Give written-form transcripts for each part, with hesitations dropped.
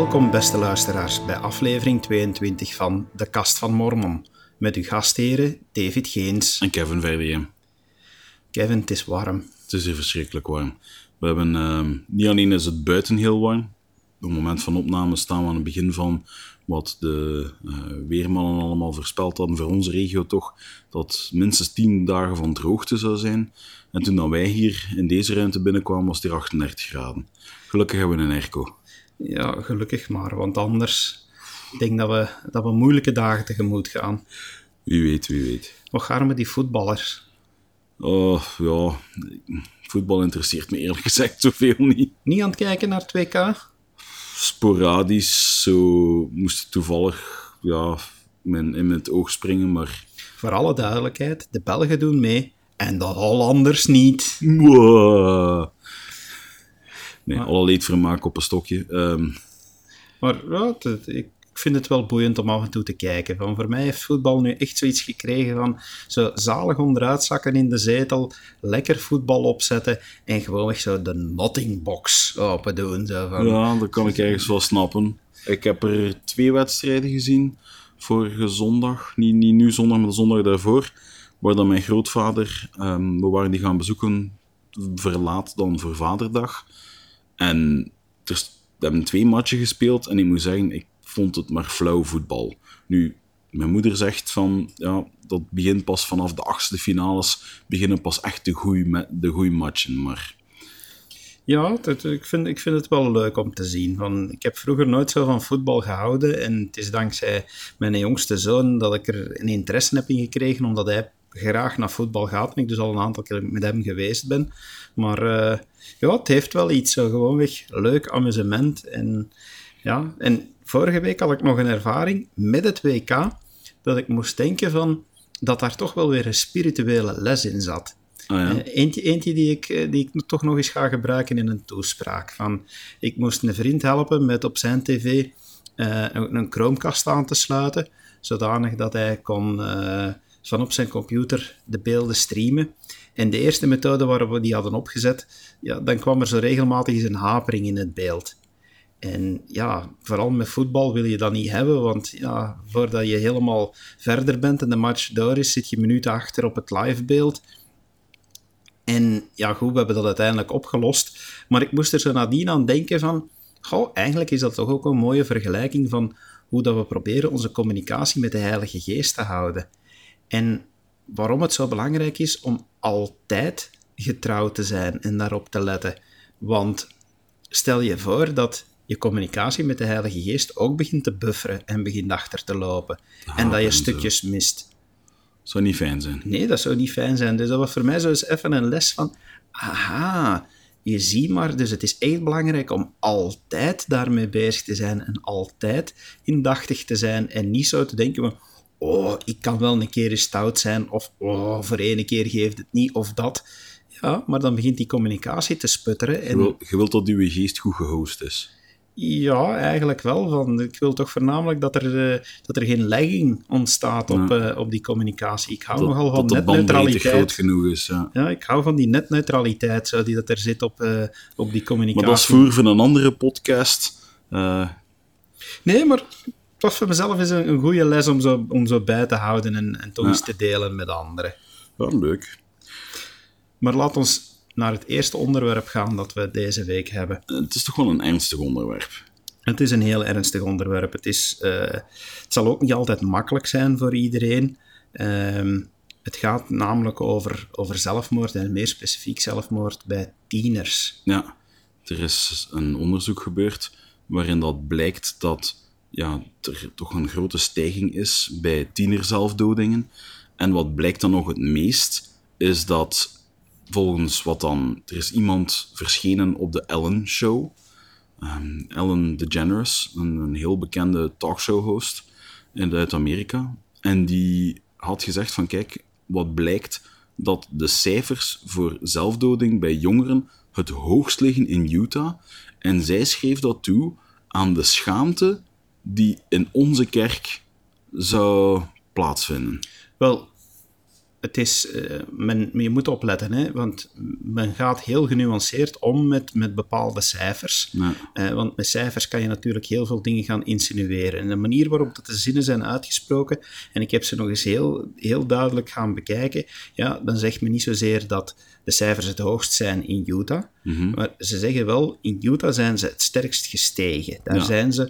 Welkom, beste luisteraars, bij aflevering 22 van De Kast van Mormon. Met uw gastheren David Geens. En Kevin Verdier. Kevin, het is warm. Het is hier verschrikkelijk warm. We hebben, niet alleen is het buiten heel warm. Op het moment van opname staan we aan het begin van wat de weermannen allemaal voorspeld hadden voor onze regio toch, dat minstens 10 dagen van droogte zou zijn. En toen dan wij hier in deze ruimte binnenkwamen, was het hier 38 graden. Gelukkig hebben we een airco. Ja, gelukkig maar, want anders denk ik dat we moeilijke dagen tegemoet gaan. Wie weet. Nog armen die voetballers. Oh, ja, voetbal interesseert me eerlijk gezegd zoveel niet. Niet aan het kijken naar het WK? Sporadisch, zo moest het toevallig in het oog springen, maar... Voor alle duidelijkheid, de Belgen doen mee en de Hollanders niet. Wow. Nee, alle leedvermaak op een stokje. Maar ja, ik vind het wel boeiend om af en toe te kijken. Voor mij heeft voetbal nu echt zoiets gekregen van zo zalig onderuitzakken in de zetel, lekker voetbal opzetten en gewoonweg zo de nottingbox open doen. Zo van. Ja, dat kan ik ergens wel snappen. Ik heb er 2 wedstrijden gezien vorige zondag. Niet nu zondag, maar de zondag daarvoor. Waar dan mijn grootvader, we waren die gaan bezoeken verlaat dan voor Vaderdag. En we hebben 2 matchen gespeeld en ik moet zeggen, ik vond het maar flauw voetbal. Nu, mijn moeder zegt van, ja, dat begint pas vanaf de 8e finales, beginnen pas echt de goeie matchen, maar... Ja, ik vind het wel leuk om te zien. Ik heb vroeger nooit zo van voetbal gehouden en het is dankzij mijn jongste zoon dat ik er een interesse heb in gekregen, omdat hij graag naar voetbal gaat en ik dus al een aantal keer met hem geweest ben. Maar ja, het heeft wel iets, zo gewoonweg leuk amusement. En vorige week had ik nog een ervaring met het WK, dat ik moest denken van dat daar toch wel weer een spirituele les in zat. Oh ja. Eentje die ik toch nog eens ga gebruiken in een toespraak. Ik moest een vriend helpen met op zijn tv een Chromecast aan te sluiten, zodanig dat hij kon van op zijn computer de beelden streamen. En de eerste methode waar we die hadden opgezet, ja, dan kwam er zo regelmatig eens een hapering in het beeld. En ja, vooral met voetbal wil je dat niet hebben, want ja, voordat je helemaal verder bent en de match door is, zit je minuten achter op het livebeeld. En ja, goed, we hebben dat uiteindelijk opgelost. Maar ik moest er zo nadien aan denken van, goh, eigenlijk is dat toch ook een mooie vergelijking van hoe dat we proberen onze communicatie met de Heilige Geest te houden. En waarom het zo belangrijk is om altijd getrouw te zijn en daarop te letten. Want stel je voor dat je communicatie met de Heilige Geest ook begint te bufferen en begint achter te lopen. En dat je stukjes mist. Dat zou niet fijn zijn. Nee, dat zou niet fijn zijn. Dus dat was voor mij zo eens even een les van, aha, je ziet maar, dus het is echt belangrijk om altijd daarmee bezig te zijn en altijd indachtig te zijn en niet zo te denken van, oh, ik kan wel een keer eens stout zijn, of oh, voor ene keer geeft het niet, of dat. Ja, maar dan begint die communicatie te sputteren. En... Je wilt dat uw geest goed gehost is. Ja, eigenlijk wel. Ik wil toch voornamelijk dat er geen lagging ontstaat op die communicatie. Ik hou nogal van netneutraliteit. Dat groot genoeg is, ja. Ja, ik hou van die netneutraliteit, zo, die dat er zit op die communicatie. Maar dat is voer van een andere podcast. Nee, maar het was voor mezelf eens een goede les om zo bij te houden en toch eens te delen met anderen. Ja, leuk. Maar laat ons naar het eerste onderwerp gaan dat we deze week hebben. Het is toch wel een ernstig onderwerp. Het is een heel ernstig onderwerp. Het zal ook niet altijd makkelijk zijn voor iedereen. Het gaat namelijk over zelfmoord en meer specifiek zelfmoord bij tieners. Ja, er is een onderzoek gebeurd waarin dat blijkt dat er toch een grote stijging is bij tienerzelfdodingen. En wat blijkt dan nog het meest, is dat volgens wat dan... Er is iemand verschenen op de Ellen Show. Ellen DeGeneres, een heel bekende talkshow-host uit Amerika. En die had gezegd van, kijk, wat blijkt dat de cijfers voor zelfdoding bij jongeren het hoogst liggen in Utah. En zij schreef dat toe aan de schaamte die in onze kerk zou plaatsvinden. Wel, het is, je moet opletten, hè, want men gaat heel genuanceerd om met bepaalde cijfers. Ja. Want met cijfers kan je natuurlijk heel veel dingen gaan insinueren. En de manier waarop dat de zinnen zijn uitgesproken, en ik heb ze nog eens heel, heel duidelijk gaan bekijken, ja, dan zegt men niet zozeer dat de cijfers het hoogst zijn in Utah, maar ze zeggen wel, in Utah zijn ze het sterkst gestegen. Daar zijn ze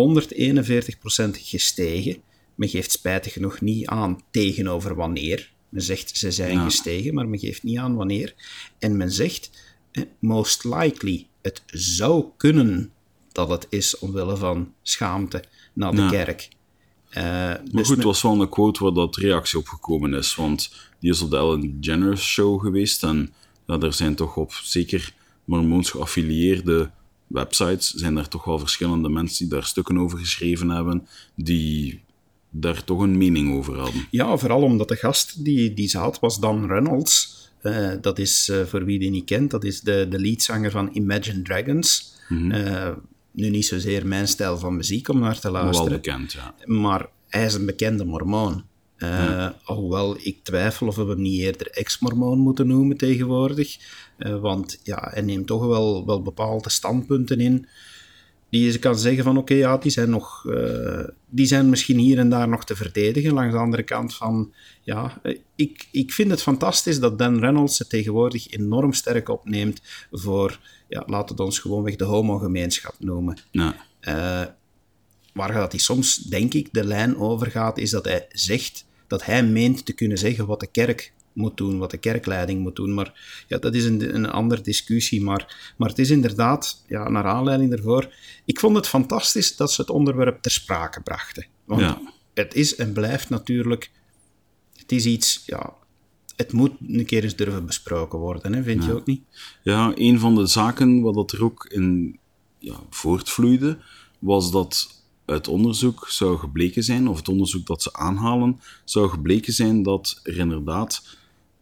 141% gestegen. Men geeft spijtig genoeg niet aan tegenover wanneer. Men zegt ze zijn gestegen, maar men geeft niet aan wanneer. En men zegt, most likely, het zou kunnen dat het is omwille van schaamte naar de kerk. Maar goed, het was wel een quote waar dat reactie op gekomen is, want die is op de Ellen DeGeneres show geweest en ja, er zijn toch op zeker mormoons geaffilieerde websites, zijn er toch wel verschillende mensen die daar stukken over geschreven hebben, die daar toch een mening over hadden. Ja, vooral omdat de gast die ze had was Dan Reynolds. Dat is, voor wie die niet kent, dat is de leadzanger van Imagine Dragons. Nu niet zozeer mijn stijl van muziek om naar te luisteren. Wel bekend, ja. Maar hij is een bekende mormoon. Alhoewel ik twijfel of we hem niet eerder ex-mormoon moeten noemen tegenwoordig. Want ja, hij neemt toch wel bepaalde standpunten in die je kan zeggen van oké, ja, die zijn misschien hier en daar nog te verdedigen. Langs de andere kant van, ja, ik vind het fantastisch dat Dan Reynolds het tegenwoordig enorm sterk opneemt voor, ja, laten we het ons gewoonweg de homogemeenschap noemen. Ja. Waar dat hij soms, denk ik, de lijn overgaat, is dat hij zegt, dat hij meent te kunnen zeggen wat de kerk moet doen, wat de kerkleiding moet doen. Maar ja, dat is een andere discussie. Maar het is inderdaad, ja, naar aanleiding daarvoor, ik vond het fantastisch dat ze het onderwerp ter sprake brachten. Want het is en blijft natuurlijk, het is iets, ja, het moet een keer eens durven besproken worden, hè? Vind je ook niet? Ja, een van de zaken wat er ook in voortvloeide, was dat uit onderzoek zou gebleken zijn, of het onderzoek dat ze aanhalen, zou gebleken zijn dat er inderdaad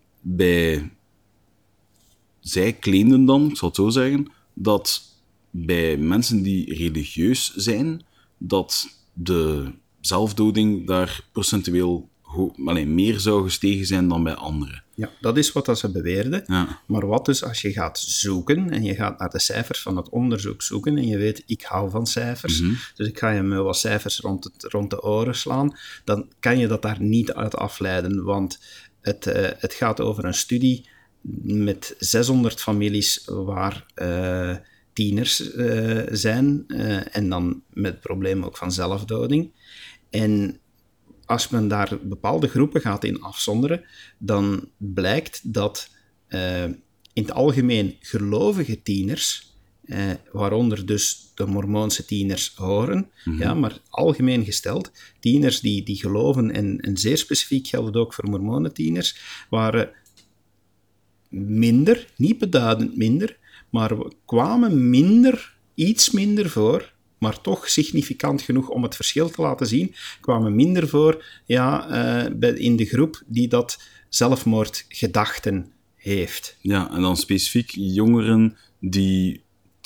zij claimden dan, ik zal het zo zeggen, dat bij mensen die religieus zijn, dat de zelfdoding daar procentueel meer zou gestegen zijn dan bij anderen. Ja, dat is wat ze beweerden. Ja. Maar wat dus als je gaat zoeken en je gaat naar de cijfers van het onderzoek zoeken en je weet, ik hou van cijfers, dus ik ga je met wat cijfers rond de oren slaan, dan kan je dat daar niet uit afleiden, want het gaat over een studie met 600 families waar tieners zijn en dan met het probleem ook van zelfdoding. En als men daar bepaalde groepen gaat in afzonderen, dan blijkt dat in het algemeen gelovige tieners, waaronder dus de mormoonse tieners horen, ja, maar algemeen gesteld, tieners die geloven, en zeer specifiek geldt het ook voor mormonentieners, waren minder, niet beduidend minder, maar kwamen iets minder voor, maar toch significant genoeg om het verschil te laten zien, kwamen minder voor in de groep die dat zelfmoordgedachten heeft. Ja, en dan specifiek jongeren die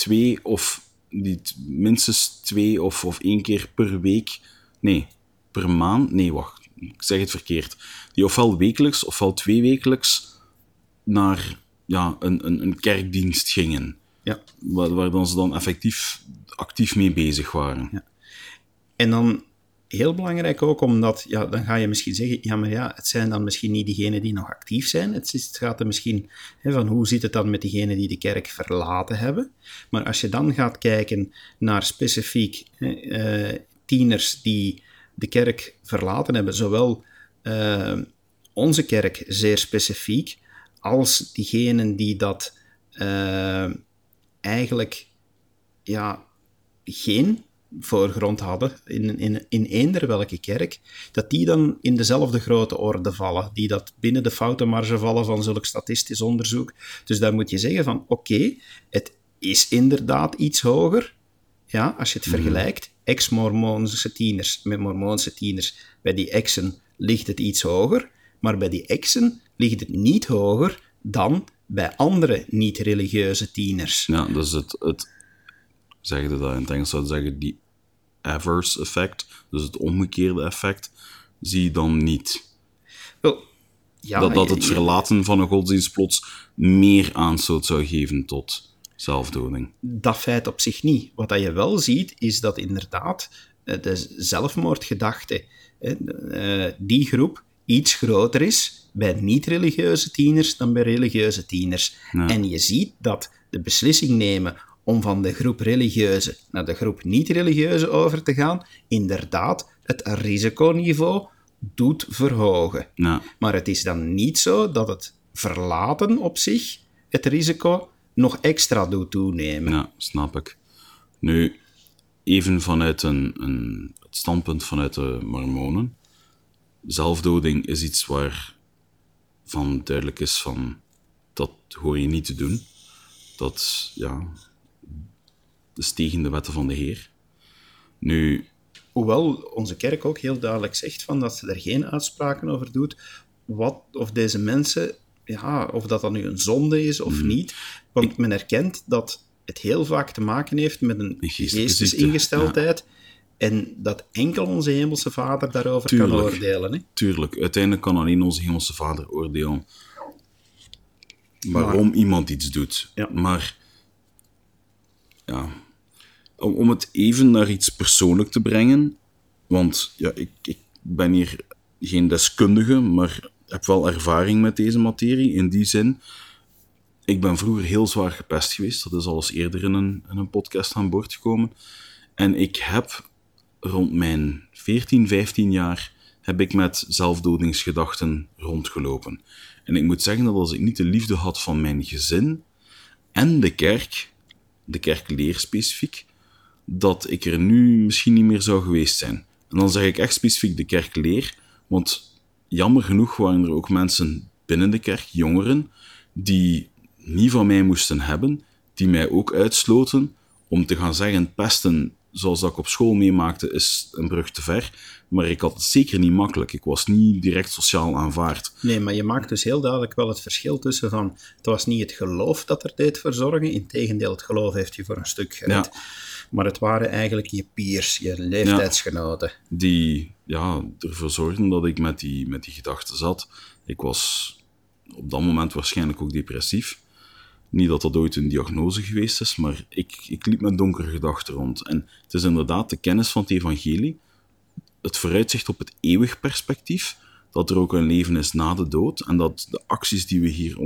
minstens 2 of 1 keer per maand, ik zeg het verkeerd, die ofwel wekelijks ofwel 2 wekelijks naar een kerkdienst gingen. Ja. Waar dan ze dan effectief actief mee bezig waren. Ja. En dan, heel belangrijk ook, omdat, dan ga je misschien zeggen, het zijn dan misschien niet diegenen die nog actief zijn. Het gaat er misschien van hoe zit het dan met diegenen die de kerk verlaten hebben. Maar als je dan gaat kijken naar specifiek tieners die de kerk verlaten hebben, zowel onze kerk zeer specifiek, als diegenen die dat eigenlijk geen voorgrond hadden in eender welke kerk, dat die dan in dezelfde grote orde vallen, die dat binnen de foutenmarge vallen van zulk statistisch onderzoek. Dus daar moet je zeggen van, oké, het is inderdaad iets hoger, ja, als je het vergelijkt, ex-mormoonse tieners met mormoonse tieners, bij die exen ligt het iets hoger, maar bij die exen ligt het niet hoger dan bij andere niet-religieuze tieners. Ja, dus het zeg je dat in het Engels zou zeggen, die adverse effect, dus het omgekeerde effect, zie je dan niet. Wel, Ja, dat het verlaten van een godsdienst plots meer aanstoot zou geven tot zelfdoding. Dat feit op zich niet. Wat dat je wel ziet, is dat inderdaad de zelfmoordgedachte, die groep iets groter is bij niet-religieuze tieners dan bij religieuze tieners. Ja. En je ziet dat de beslissing nemen om van de groep religieuze naar de groep niet-religieuze over te gaan, inderdaad het risiconiveau doet verhogen. Ja. Maar het is dan niet zo dat het verlaten op zich het risico nog extra doet toenemen. Ja, snap ik. Nu, even vanuit het standpunt vanuit de Mormonen. Zelfdoding is iets waarvan duidelijk is van, dat hoor je niet te doen. Dat is tegen de wetten van de Heer. Nu, Hoewel onze kerk ook heel duidelijk zegt van dat ze er geen uitspraken over doet, of deze mensen, of dat nu een zonde is of niet. Want men erkent dat het heel vaak te maken heeft met een geestesingesteldheid en dat enkel onze Hemelse Vader daarover kan oordelen. Hè? Tuurlijk, uiteindelijk kan alleen onze Hemelse Vader oordelen waarom iemand iets doet. Ja. Maar om het even naar iets persoonlijk te brengen, want ik ben hier geen deskundige, maar heb wel ervaring met deze materie. In die zin, ik ben vroeger heel zwaar gepest geweest. Dat is al eens eerder in een podcast aan boord gekomen. En ik heb rond mijn 14, 15 jaar heb ik met zelfdodingsgedachten rondgelopen. En ik moet zeggen dat als ik niet de liefde had van mijn gezin en de kerkleer specifiek, dat ik er nu misschien niet meer zou geweest zijn. En dan zeg ik echt specifiek de kerkleer, want jammer genoeg waren er ook mensen binnen de kerk, jongeren, die niet van mij moesten hebben, die mij ook uitsloten om te gaan zeggen, pesten, zoals dat ik op school meemaakte, is een brug te ver. Maar ik had het zeker niet makkelijk. Ik was niet direct sociaal aanvaard. Nee, maar je maakt dus heel duidelijk wel het verschil tussen van, het was niet het geloof dat er deed verzorgen, integendeel, het geloof heeft je voor een stuk gered. Ja. Maar het waren eigenlijk je peers, je leeftijdsgenoten. Die ervoor zorgden dat ik met die gedachten zat. Ik was op dat moment waarschijnlijk ook depressief. Niet dat dat ooit een diagnose geweest is, maar ik liep met donkere gedachten rond. En het is inderdaad de kennis van het evangelie, het vooruitzicht op het eeuwig perspectief, dat er ook een leven is na de dood en dat de acties die we hier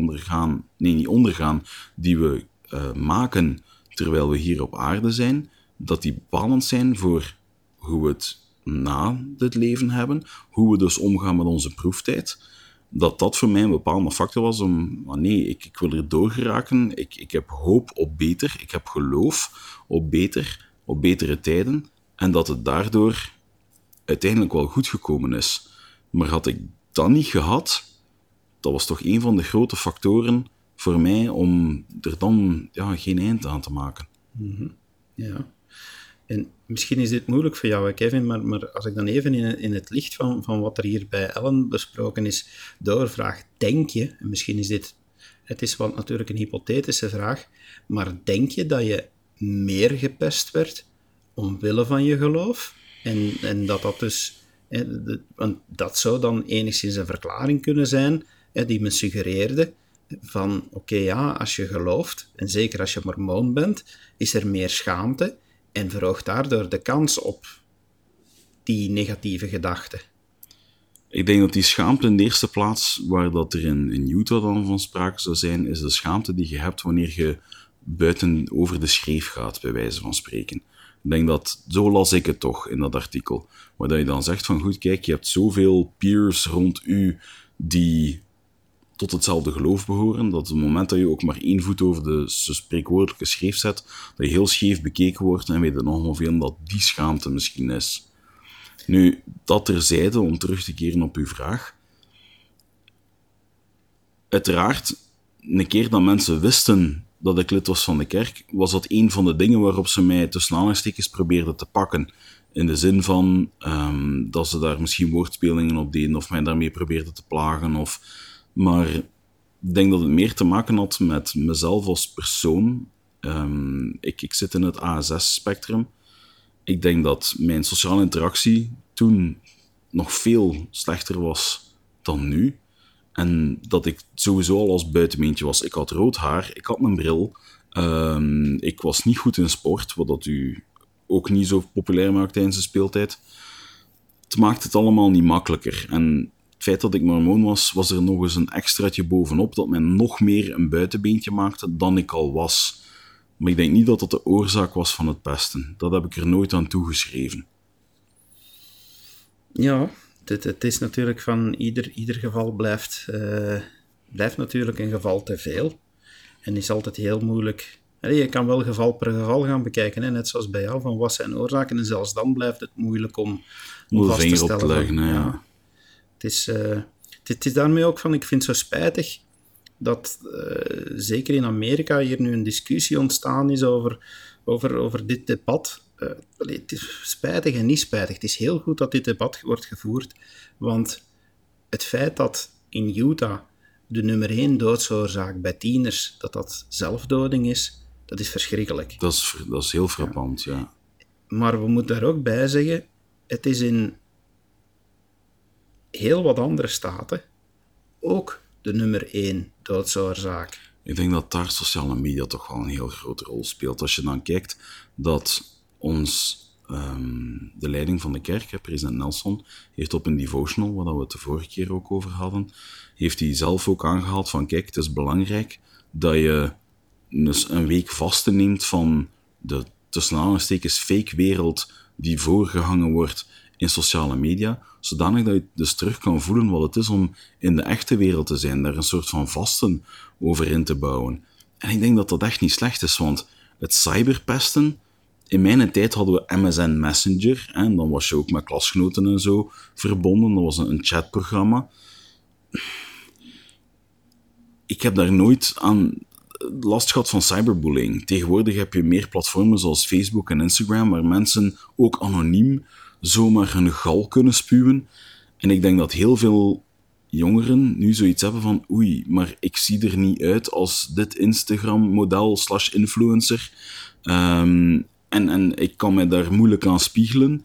die we maken terwijl we hier op aarde zijn, dat die bepalend zijn voor hoe we het na dit leven hebben, hoe we dus omgaan met onze proeftijd, dat voor mij een bepaalde factor was om, ik wil er doorgeraken, ik heb hoop op beter, ik heb geloof op betere tijden, en dat het daardoor uiteindelijk wel goed gekomen is. Maar had ik dat niet gehad, dat was toch een van de grote factoren voor mij om er dan geen eind aan te maken. Mm-hmm. Ja. En misschien is dit moeilijk voor jou, Kevin, maar als ik dan even in het licht van wat er hier bij Ellen besproken is doorvraag, denk je, en misschien is het is wel natuurlijk een hypothetische vraag, maar denk je dat je meer gepest werd omwille van je geloof? En dat dus, want dat zou dan enigszins een verklaring kunnen zijn, die me suggereerde van, als je gelooft, en zeker als je mormoon bent, is er meer schaamte en verhoogt daardoor de kans op die negatieve gedachten. Ik denk dat die schaamte in de eerste plaats, waar dat er in Utah dan van sprake zou zijn, is de schaamte die je hebt wanneer je buiten over de schreef gaat, bij wijze van spreken. Ik denk dat, zo las ik het toch in dat artikel, waar dat je dan zegt van goed, kijk, je hebt zoveel peers rond u die tot hetzelfde geloof behoren, dat op het moment dat je ook maar 1 voet over de spreekwoordelijke schreef zet, dat je heel scheef bekeken wordt en weet je nog hoeveel dat die schaamte misschien is. Nu, dat terzijde, om terug te keren op uw vraag. Uiteraard, een keer dat mensen wisten dat ik lid was van de kerk, was dat een van de dingen waarop ze mij tussen aanhalingstekens probeerden te pakken. In de zin van dat ze daar misschien woordspelingen op deden of mij daarmee probeerden te plagen. Maar ik denk dat het meer te maken had met mezelf als persoon. Ik zit in het ASS-spectrum. Ik denk dat mijn sociale interactie toen nog veel slechter was dan nu. En dat ik sowieso al als buitenbeentje was. Ik had rood haar, ik had een bril. Ik was niet goed in sport, wat dat u ook niet zo populair maakt tijdens de speeltijd. Het maakt het allemaal niet makkelijker. En het feit dat ik mormoon was, was er nog eens een extraatje bovenop dat mij nog meer een buitenbeentje maakte dan ik al was. Maar ik denk niet dat dat de oorzaak was van het pesten. Dat heb ik er nooit aan toegeschreven. Ja, het is natuurlijk van ieder geval blijft natuurlijk een geval te veel. En is altijd heel moeilijk. Je kan wel geval per geval gaan bekijken, hè? Net zoals bij jou, van wat zijn oorzaken. En zelfs dan blijft het moeilijk om vast te stellen. Op te leggen, ja. Het is daarmee ook van, ik vind het zo spijtig dat zeker in Amerika hier nu een discussie ontstaan is over dit debat. Het is spijtig en niet spijtig. Het is heel goed dat dit debat wordt gevoerd, want het feit dat in Utah de nummer 1 doodsoorzaak bij tieners, dat zelfdoding is, dat is verschrikkelijk. Dat is heel frappant, ja. Maar we moeten daar ook bij zeggen, het is in heel wat andere staten ook de nummer 1 doodsoorzaak. Ik denk dat daar sociale media toch wel een heel grote rol speelt. Als je dan kijkt dat de leiding van de kerk, president Nelson, heeft op een devotional, waar we het de vorige keer ook over hadden, heeft hij zelf ook aangehaald van, kijk, het is belangrijk dat je dus een week vasten neemt van de, tussen aanhalingstekens, fake wereld die voorgehangen wordt in sociale media, zodanig dat je dus terug kan voelen wat het is om in de echte wereld te zijn, daar een soort van vasten over in te bouwen. En ik denk dat dat echt niet slecht is, want het cyberpesten, in mijn tijd hadden we MSN Messenger, en dan was je ook met klasgenoten en zo verbonden, dat was een chatprogramma. Ik heb daar nooit aan last gehad van cyberbullying. Tegenwoordig heb je meer platformen zoals Facebook en Instagram, waar mensen ook anoniem zomaar hun gal kunnen spuwen. En ik denk dat heel veel jongeren nu zoiets hebben van oei, maar ik zie er niet uit als dit Instagram-model/influencer. En ik kan mij daar moeilijk aan spiegelen.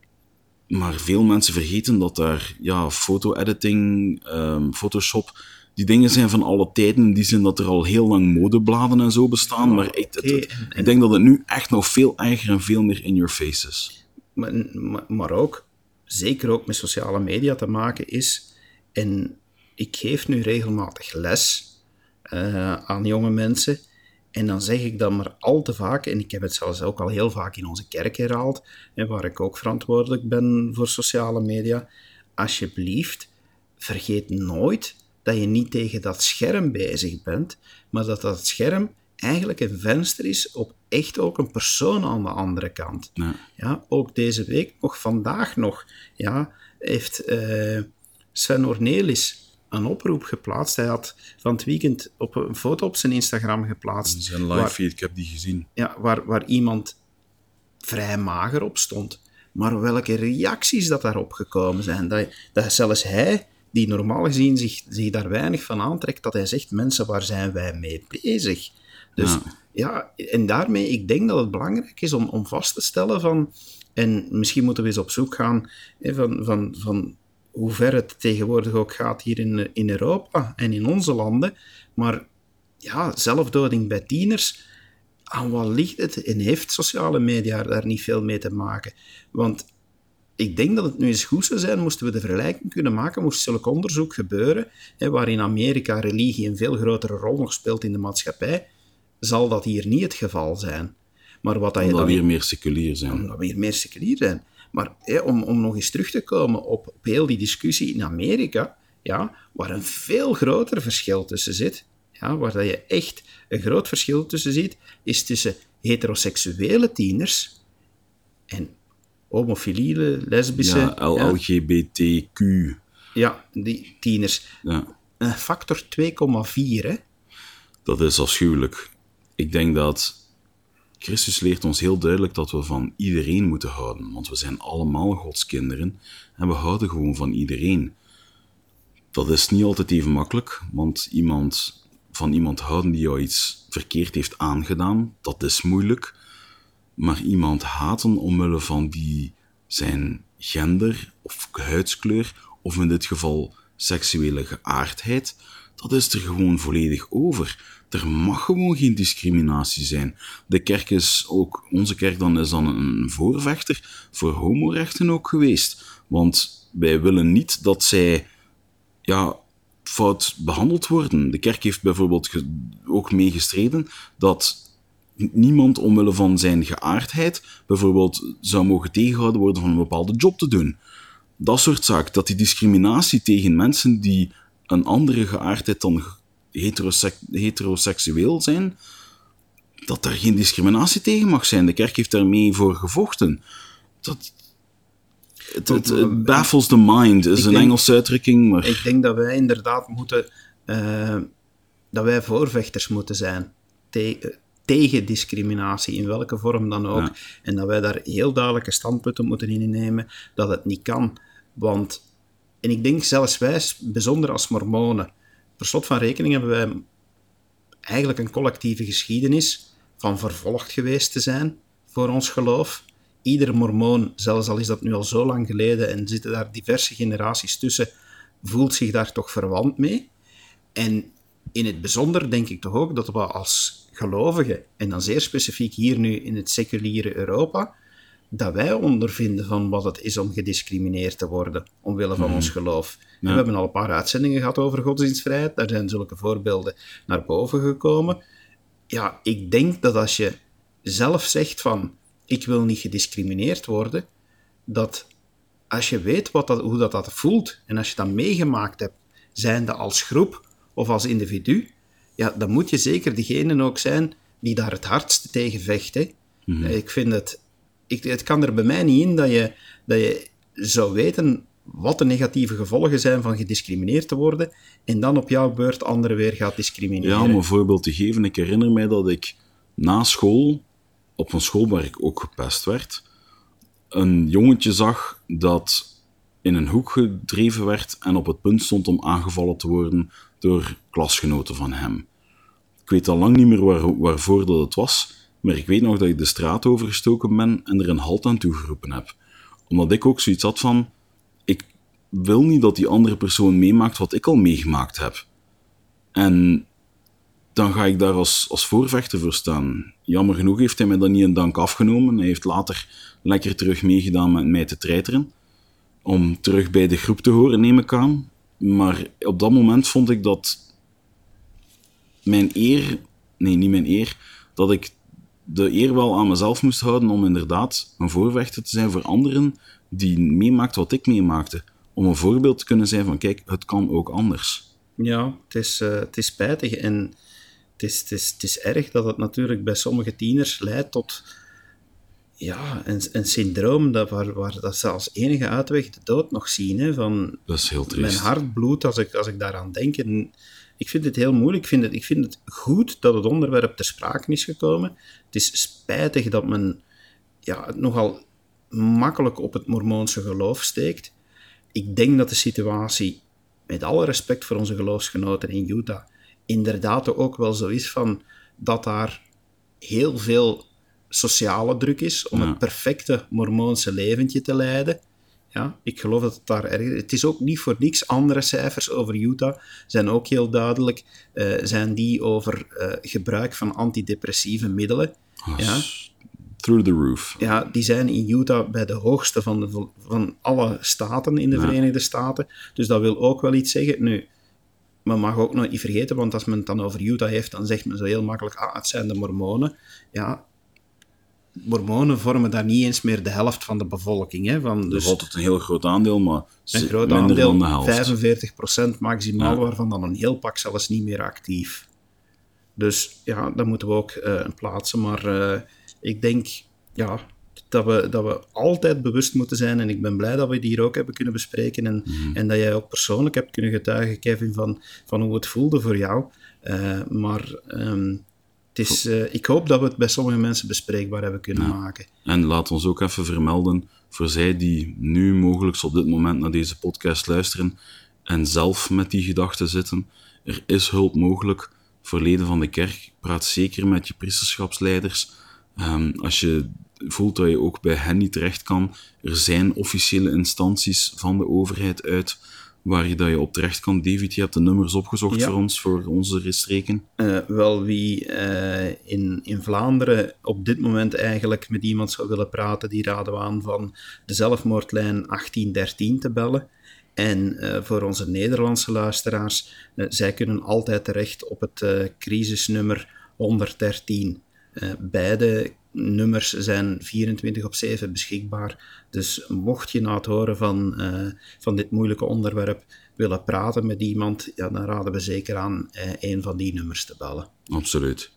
Maar veel mensen vergeten dat daar foto-editing, Photoshop, die dingen zijn van alle tijden, in die zin dat er al heel lang modebladen en zo bestaan. Maar ik denk dat het nu echt nog veel erger en veel meer in your face is. Maar ook, zeker ook met sociale media te maken is, en ik geef nu regelmatig les aan jonge mensen, en dan zeg ik dat maar al te vaak, en ik heb het zelfs ook al heel vaak in onze kerk herhaald, waar ik ook verantwoordelijk ben voor sociale media, alsjeblieft, vergeet nooit dat je niet tegen dat scherm bezig bent, maar dat scherm eigenlijk een venster is op echt ook een persoon aan de andere kant. Ja, ook deze week, vandaag nog, heeft Sven Ornelis een oproep geplaatst. Hij had van het weekend een foto op zijn Instagram geplaatst. Zijn live feed, ik heb die gezien. Ja, waar iemand vrij mager op stond. Maar welke reacties dat daarop gekomen zijn. Dat zelfs hij, die normaal gezien zich daar weinig van aantrekt, dat hij zegt, mensen, waar zijn wij mee bezig? Dus en daarmee, ik denk dat het belangrijk is om vast te stellen van, en misschien moeten we eens op zoek gaan van hoe ver het tegenwoordig ook gaat hier in Europa en in onze landen, maar zelfdoding bij tieners, aan wat ligt het? En heeft sociale media daar niet veel mee te maken? Want ik denk dat het nu eens goed zou zijn, moesten we de vergelijking kunnen maken, moest zulk onderzoek gebeuren, waar in Amerika religie een veel grotere rol nog speelt in de maatschappij, zal dat hier niet het geval zijn. Maar wat omdat we weer meer seculier zijn. Omdat we weer meer seculier zijn. Maar om nog eens terug te komen op heel die discussie in Amerika, waar een veel groter verschil tussen zit, waar dat je echt een groot verschil tussen ziet, is tussen heteroseksuele tieners en homofiele, lesbische... LGBTQ. Ja, die tieners. Een factor 2,4, hè? Dat is afschuwelijk. Ik denk dat Christus leert ons heel duidelijk dat we van iedereen moeten houden, want we zijn allemaal Gods kinderen en we houden gewoon van iedereen. Dat is niet altijd even makkelijk, want van iemand houden die jou iets verkeerd heeft aangedaan, dat is moeilijk. Maar iemand haten omwille van zijn gender of huidskleur, of in dit geval seksuele geaardheid, dat is er gewoon volledig over. Er mag gewoon geen discriminatie zijn. De kerk is ook, onze kerk dan is dan een voorvechter voor homorechten ook geweest. Want wij willen niet dat zij fout behandeld worden. De kerk heeft bijvoorbeeld ook meegestreden dat niemand omwille van zijn geaardheid bijvoorbeeld zou mogen tegengehouden worden van een bepaalde job te doen. Dat soort zaken. Dat die discriminatie tegen mensen die een andere geaardheid dan heteroseksueel zijn, dat daar geen discriminatie tegen mag zijn. De kerk heeft daarmee voor gevochten. Het baffles the mind, is een Engelse uitdrukking. Maar... Ik denk dat wij inderdaad dat wij voorvechters moeten zijn tegen discriminatie, in welke vorm dan ook. Ja. En dat wij daar heel duidelijke standpunten moeten innemen dat het niet kan. En ik denk zelfs wij, bijzonder als mormonen, per slot van rekening hebben wij eigenlijk een collectieve geschiedenis van vervolgd geweest te zijn voor ons geloof. Ieder mormoon, zelfs al is dat nu al zo lang geleden en zitten daar diverse generaties tussen, voelt zich daar toch verwant mee. En in het bijzonder denk ik toch ook dat we als gelovigen, en dan zeer specifiek hier nu in het seculiere Europa, dat wij ondervinden van wat het is om gediscrimineerd te worden, omwille van ons geloof. Ja. We hebben al een paar uitzendingen gehad over godsdienstvrijheid, daar zijn zulke voorbeelden naar boven gekomen. Ja, ik denk dat als je zelf zegt van, ik wil niet gediscrimineerd worden, dat als je weet hoe dat voelt, en als je dat meegemaakt hebt, zijnde als groep of als individu, ja, dan moet je zeker degene ook zijn die daar het hardst tegen vecht. Hè. Ik vind het kan er bij mij niet in dat je zou weten wat de negatieve gevolgen zijn van gediscrimineerd te worden en dan op jouw beurt anderen weer gaat discrimineren. Ja, om een voorbeeld te geven, ik herinner mij dat ik na school, op een school waar ik ook gepest werd, een jongetje zag dat in een hoek gedreven werd en op het punt stond om aangevallen te worden door klasgenoten van hem. Ik weet al lang niet meer waarvoor dat het was, maar ik weet nog dat ik de straat overgestoken ben en er een halt aan toegeroepen heb. Omdat ik ook zoiets had van, ik wil niet dat die andere persoon meemaakt wat ik al meegemaakt heb. En dan ga ik daar als voorvechter voor staan. Jammer genoeg heeft hij mij dan niet in dank afgenomen. Hij heeft later lekker terug meegedaan met mij te treiteren. Om terug bij de groep te horen, neem ik aan. Maar op dat moment vond ik dat dat ik de eer wel aan mezelf moest houden om inderdaad een voorvechter te zijn voor anderen die meemaakt wat ik meemaakte. Om een voorbeeld te kunnen zijn van, kijk, het kan ook anders. Ja, het is spijtig en het is erg dat het natuurlijk bij sommige tieners leidt tot een syndroom waar dat ze als enige uitweg de dood nog zien. Hè, van, dat is heel triest. Mijn hart bloedt als ik daaraan denk. En ik vind het heel moeilijk. Ik vind het goed dat het onderwerp ter sprake is gekomen. Het is spijtig dat men het nogal makkelijk op het mormoonse geloof steekt. Ik denk dat de situatie, met alle respect voor onze geloofsgenoten in Utah, inderdaad ook wel zo is van dat daar heel veel sociale druk is om het perfecte mormoonse leventje te leiden. Ja, ik geloof dat het daar erg is. Het is ook niet voor niks. Andere cijfers over Utah zijn ook heel duidelijk. Zijn die over gebruik van antidepressieve middelen. Through the roof. Ja, die zijn in Utah bij de hoogste van alle staten in de Verenigde Staten. Dus dat wil ook wel iets zeggen. Nu, men mag ook nooit niet vergeten, want als men het dan over Utah heeft, dan zegt men zo heel makkelijk, het zijn de mormonen. Ja, mormonen vormen daar niet eens meer de helft van de bevolking. Hè, dus dat is altijd een heel groot aandeel, maar een groot aandeel, 45% maximaal, waarvan dan een heel pak zelfs niet meer actief. Dus ja, dat moeten we ook plaatsen. Maar ik denk dat we altijd bewust moeten zijn, en ik ben blij dat we die hier ook hebben kunnen bespreken, en dat jij ook persoonlijk hebt kunnen getuigen, Kevin, van hoe het voelde voor jou. Ik hoop dat we het bij sommige mensen bespreekbaar hebben kunnen maken. En laat ons ook even vermelden, voor zij die nu mogelijk op dit moment naar deze podcast luisteren en zelf met die gedachten zitten, er is hulp mogelijk voor leden van de kerk. Praat zeker met je priesterschapsleiders. Als je voelt dat je ook bij hen niet terecht kan, er zijn officiële instanties van de overheid uit waar dat je op terecht kan, David? Je hebt de nummers opgezocht voor ons, voor onze streken. Wel, wie in Vlaanderen op dit moment eigenlijk met iemand zou willen praten, die raden we aan van de zelfmoordlijn 1813 te bellen. En voor onze Nederlandse luisteraars, zij kunnen altijd terecht op het crisisnummer 113. Beide nummers zijn 24/7 beschikbaar. Dus mocht je na het horen van dit moeilijke onderwerp willen praten met iemand, ja, dan raden we zeker aan een van die nummers te bellen. Absoluut.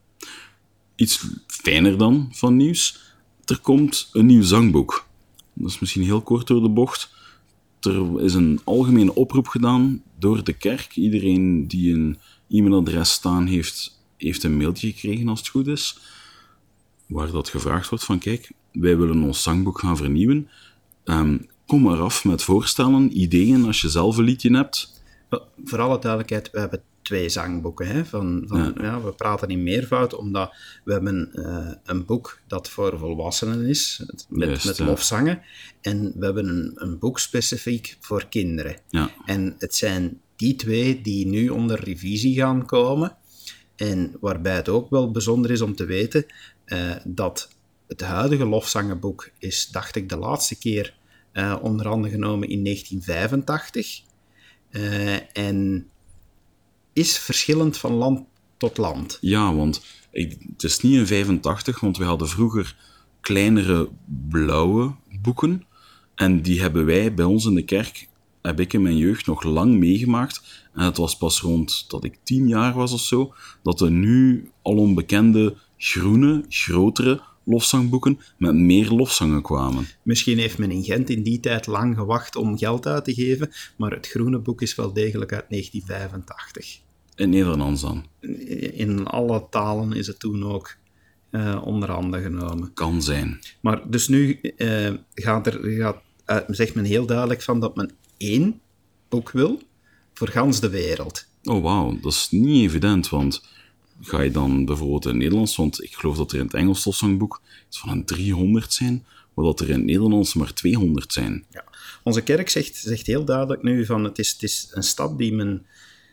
Iets fijner dan van nieuws. Er komt een nieuw zangboek. Dat is misschien heel kort door de bocht. Er is een algemene oproep gedaan door de kerk. Iedereen die een e-mailadres staan heeft een mailtje gekregen als het goed is, waar dat gevraagd wordt van kijk, wij willen ons zangboek gaan vernieuwen. Kom maar af met voorstellen, ideeën als je zelf een liedje hebt. Voor alle duidelijkheid, we hebben 2 zangboeken. Hè? We praten in meervoud, omdat we hebben een boek dat voor volwassenen is, met lofzangen. En we hebben een boek specifiek voor kinderen. Ja. En het zijn die 2 die nu onder revisie gaan komen. En waarbij het ook wel bijzonder is om te weten dat het huidige lofzangenboek is, dacht ik, de laatste keer onder handen genomen in 1985. En is verschillend van land tot land. Ja, want het is niet in 85, want we hadden vroeger kleinere blauwe boeken. En die hebben wij bij ons in de kerk, heb ik in mijn jeugd nog lang meegemaakt. En het was pas rond dat ik 10 jaar was of zo, dat er nu al onbekende groene, grotere lofzangboeken met meer lofzangen kwamen. Misschien heeft men in Gent in die tijd lang gewacht om geld uit te geven, maar het groene boek is wel degelijk uit 1985. In Nederlands dan? In alle talen is het toen ook onder handen genomen. Kan zijn. Maar dus nu zegt men heel duidelijk van dat men 1 boek wil voor gans de wereld. Oh wauw, dat is niet evident, want ga je dan bijvoorbeeld in het Nederlands, want ik geloof dat er in het Engels lofzangboek iets van een 300 zijn, maar dat er in het Nederlands maar 200 zijn. Ja. Onze kerk zegt heel duidelijk nu van het is een stap die men,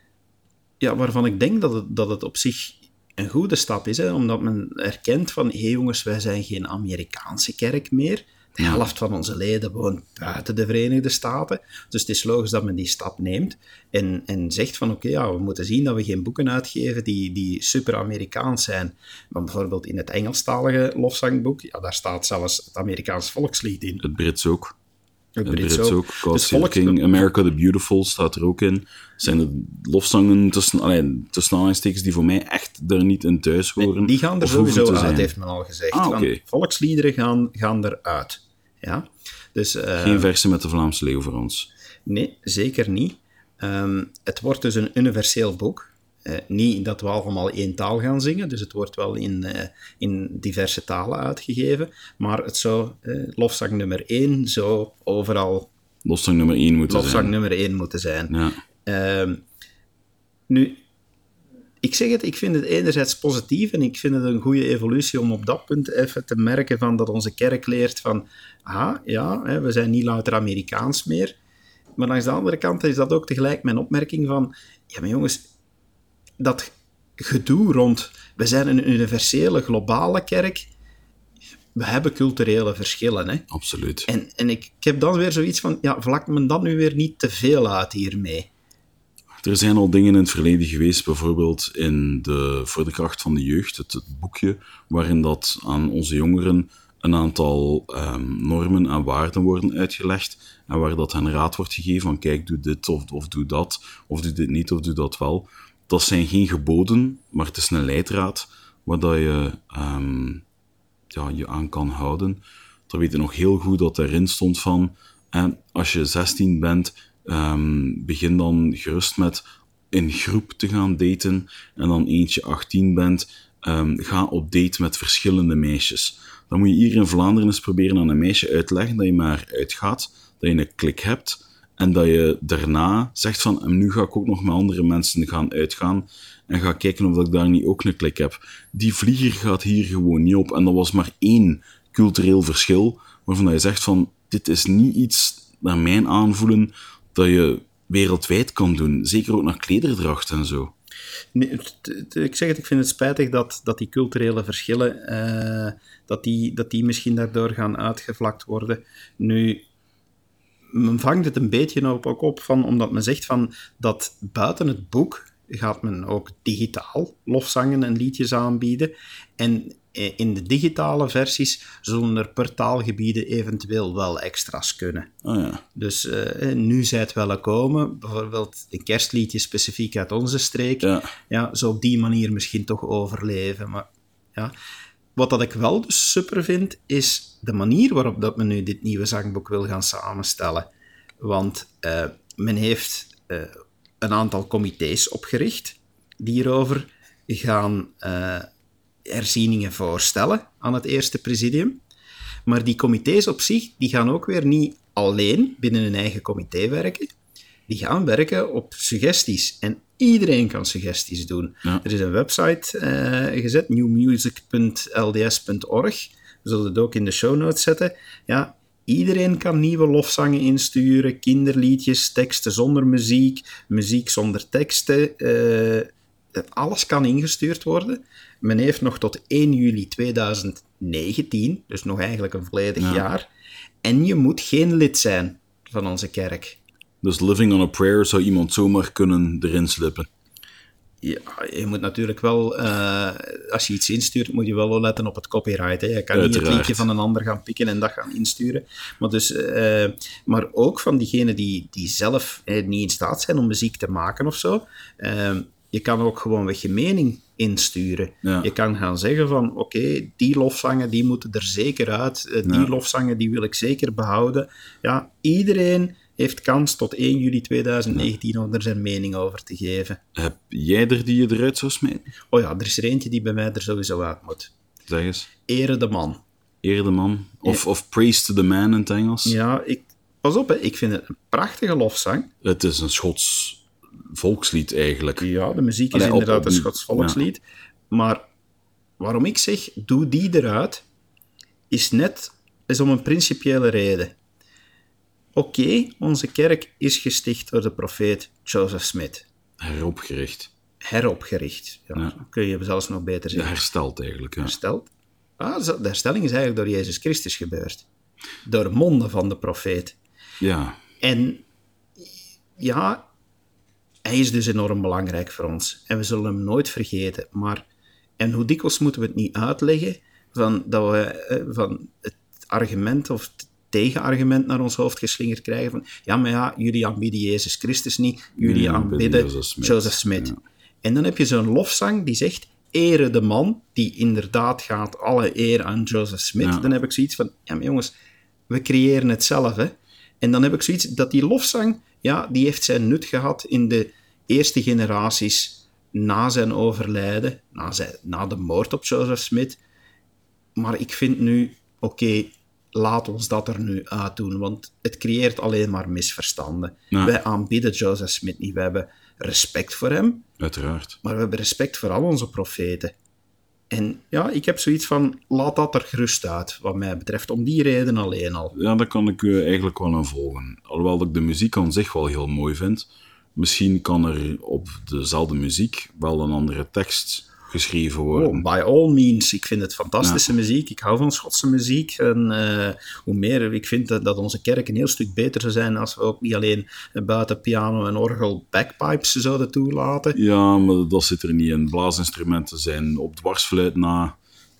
ja, waarvan ik denk dat het op zich een goede stap is, hè, omdat men erkent van, hé jongens, wij zijn geen Amerikaanse kerk meer. De helft van onze leden woont buiten de Verenigde Staten. Dus het is logisch dat men die stap neemt en zegt van oké, we moeten zien dat we geen boeken uitgeven die super Amerikaans zijn. Maar bijvoorbeeld in het Engelstalige lofzangboek, ja, daar staat zelfs het Amerikaans volkslied in. Het Brits ook. Het Brits ook. God Save the King, America the Beautiful staat er ook in. Zijn de lofzangen tussen aanhalingstekens die voor mij echt daar niet in thuis horen? Nee, die gaan er sowieso uit, heeft men al gezegd. Okay. Volksliederen gaan eruit. Ja? Dus, geen versie met de Vlaamse leeuw voor ons? Nee, zeker niet. Het wordt dus een universeel boek. Niet dat we allemaal 1 taal gaan zingen, dus het wordt wel in diverse talen uitgegeven, maar het zou lofzang nummer 1 zou overal lofzang nummer 1 moeten zijn. Ja. Nu, ik zeg het, ik vind het enerzijds positief en ik vind het een goede evolutie om op dat punt even te merken van dat onze kerk leert van, we zijn niet louter Amerikaans meer, maar langs de andere kant is dat ook tegelijk mijn opmerking van, ja maar jongens, dat gedoe rond, we zijn een universele, globale kerk, we hebben culturele verschillen. Hè? Absoluut. En ik heb dan weer zoiets van, vlak men dat nu weer niet te veel uit hiermee. Er zijn al dingen in het verleden geweest, bijvoorbeeld Voor de kracht van de jeugd, het boekje, waarin dat aan onze jongeren een aantal normen en waarden worden uitgelegd en waar dat hen raad wordt gegeven van kijk, doe dit of doe dat, of doe dit niet of doe dat wel. Dat zijn geen geboden, maar het is een leidraad waar dat je je aan kan houden. Dan weet je nog heel goed dat erin stond van als je 16 bent, begin dan gerust met in groep te gaan daten en dan eentje 18 bent, ga op date met verschillende meisjes. Dan moet je hier in Vlaanderen eens proberen aan een meisje uitleggen dat je maar uitgaat, dat je een klik hebt en dat je daarna zegt van en nu ga ik ook nog met andere mensen gaan uitgaan en ga kijken of ik daar niet ook een klik heb. Die vlieger gaat hier gewoon niet op en dat was maar 1 cultureel verschil waarvan je zegt van dit is niet iets naar mijn aanvoelen dat je wereldwijd kan doen. Zeker ook naar klederdracht en zo. Nee, ik zeg het, ik vind het spijtig dat die culturele verschillen, dat die misschien daardoor gaan uitgevlakt worden. Nu, men vangt het een beetje ook op, omdat men zegt dat buiten het boek gaat men ook digitaal lofzangen en liedjes aanbieden. En in de digitale versies zullen er per taalgebieden eventueel wel extra's kunnen. Oh ja. Dus nu zij het wel komen, bijvoorbeeld een kerstliedje specifiek uit onze streek, ja, zo op die manier misschien toch overleven. Maar, ja. Wat dat ik wel dus super vind, is de manier waarop dat men nu dit nieuwe zangboek wil gaan samenstellen. Want men heeft een aantal comité's opgericht die hierover gaan herzieningen voorstellen aan het eerste presidium. Maar die comité's op zich, die gaan ook weer niet alleen binnen hun eigen comité werken. Die gaan werken op suggesties. En iedereen kan suggesties doen. Ja. Er is een website gezet, newmusic.lds.org. We zullen het ook in de show notes zetten. Ja, iedereen kan nieuwe lofzangen insturen, kinderliedjes, teksten zonder muziek, muziek zonder teksten. Alles kan ingestuurd worden. Men heeft nog tot 1 juli 2019, dus nog eigenlijk een volledig jaar. En je moet geen lid zijn van onze kerk. Dus Living on a Prayer zou iemand zomaar kunnen erin slippen. Ja, je moet natuurlijk wel, als je iets instuurt, moet je wel letten op het copyright. Hè. Je kan niet het liedje van een ander gaan pikken en dat gaan insturen. Maar, maar ook van diegenen die zelf niet in staat zijn om muziek te maken of zo. Je kan ook gewoonweg je mening insturen. Ja. Je kan gaan zeggen van, oké, die lofzangen die moeten er zeker uit. Die lofzangen die wil ik zeker behouden. Ja, iedereen heeft kans tot 1 juli 2019 om er zijn mening over te geven. Heb jij er die je eruit zou smijten? Oh ja, er is er eentje die bij mij er sowieso uit moet. Zeg eens. Ere de man. Ere de man. Of Praise to the Man in het Engels. Ja, pas op, hè, ik vind het een prachtige lofzang. Het is een Schots volkslied eigenlijk. Ja, de muziek is inderdaad een Schots volkslied. Ja. Maar waarom ik zeg, doe die eruit, is om een principiële reden. Oké, onze kerk is gesticht door de profeet Joseph Smith. Heropgericht. Ja. Kun je zelfs nog beter zeggen. Ja, hersteld eigenlijk. Ja. Hersteld? De herstelling is eigenlijk door Jezus Christus gebeurd. Door monden van de profeet. Ja. En ja, hij is dus enorm belangrijk voor ons. En we zullen hem nooit vergeten. En hoe dikwijls moeten we het niet uitleggen van het argument of het tegenargument naar ons hoofd geslingerd krijgen van ja, maar ja, jullie aanbidden Jezus Christus niet, jullie aanbidden Joseph Smith. Ja. En dan heb je zo'n lofzang die zegt, ere de man, die inderdaad gaat alle eer aan Joseph Smith. Ja. Dan heb ik zoiets van, ja maar jongens, we creëren het zelf, hè. En dan heb ik zoiets, dat die lofzang, ja, die heeft zijn nut gehad in de eerste generaties na zijn overlijden, na de moord op Joseph Smith. Maar ik vind nu, oké, laat ons dat er nu uitdoen, want het creëert alleen maar misverstanden. Ja. Wij aanbidden Joseph Smith niet, we hebben respect voor hem. Uiteraard. Maar we hebben respect voor al onze profeten. En ja, ik heb zoiets van, laat dat er gerust uit, wat mij betreft, om die reden alleen al. Ja, daar kan ik eigenlijk wel aan volgen. Alhoewel ik de muziek aan zich wel heel mooi vind. Misschien kan er op dezelfde muziek wel een andere tekst geschreven worden. Oh, by all means. Ik vind het fantastische muziek. Ik hou van Schotse muziek. En hoe meer, ik vind dat onze kerk een heel stuk beter zou zijn als we ook niet alleen buiten piano en orgel bagpipes zouden toelaten. Ja, maar dat zit er niet in. Blaasinstrumenten zijn op dwarsfluit na.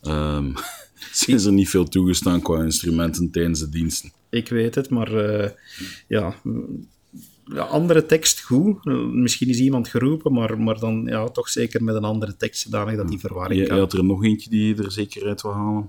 Is er niet veel toegestaan qua instrumenten tijdens de diensten. Ik weet het, maar ja... andere tekst goed. Misschien is iemand geroepen, maar dan ja, toch zeker met een andere tekst zodanig dat die verwarring kan. Je had er nog eentje die je er zeker uit wil halen?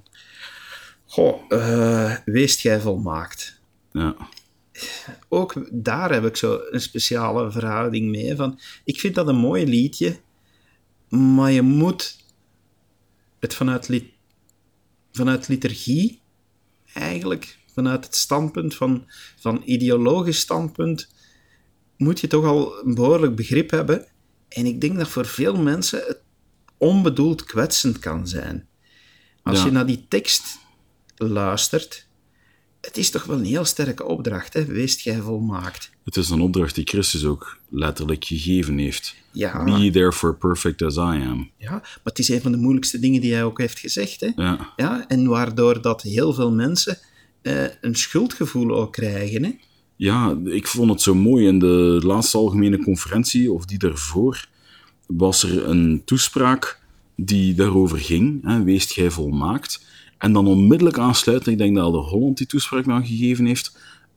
Goh, weest gij volmaakt. Ja. Ook daar heb ik zo een speciale verhouding mee. Van, ik vind dat een mooi liedje, maar je moet het vanuit liturgie, eigenlijk, vanuit het standpunt van ideologisch standpunt, moet je toch al een behoorlijk begrip hebben. En ik denk dat voor veel mensen het onbedoeld kwetsend kan zijn. Als je naar die tekst luistert, Het is toch wel een heel sterke opdracht, hè? Weest gij volmaakt. Het is een opdracht die Christus ook letterlijk gegeven heeft. Ja. Be therefore perfect as I am. Ja, maar het is een van de moeilijkste dingen die hij ook heeft gezegd. Hè? Ja. Ja, en waardoor dat heel veel mensen een schuldgevoel ook krijgen. Hè? Ja, ik vond het zo mooi. In de laatste algemene conferentie, of die daarvoor, was er een toespraak die daarover ging. Hè, weest gij volmaakt. En dan onmiddellijk aansluitend, ik denk dat Elder Holland die toespraak dan gegeven heeft,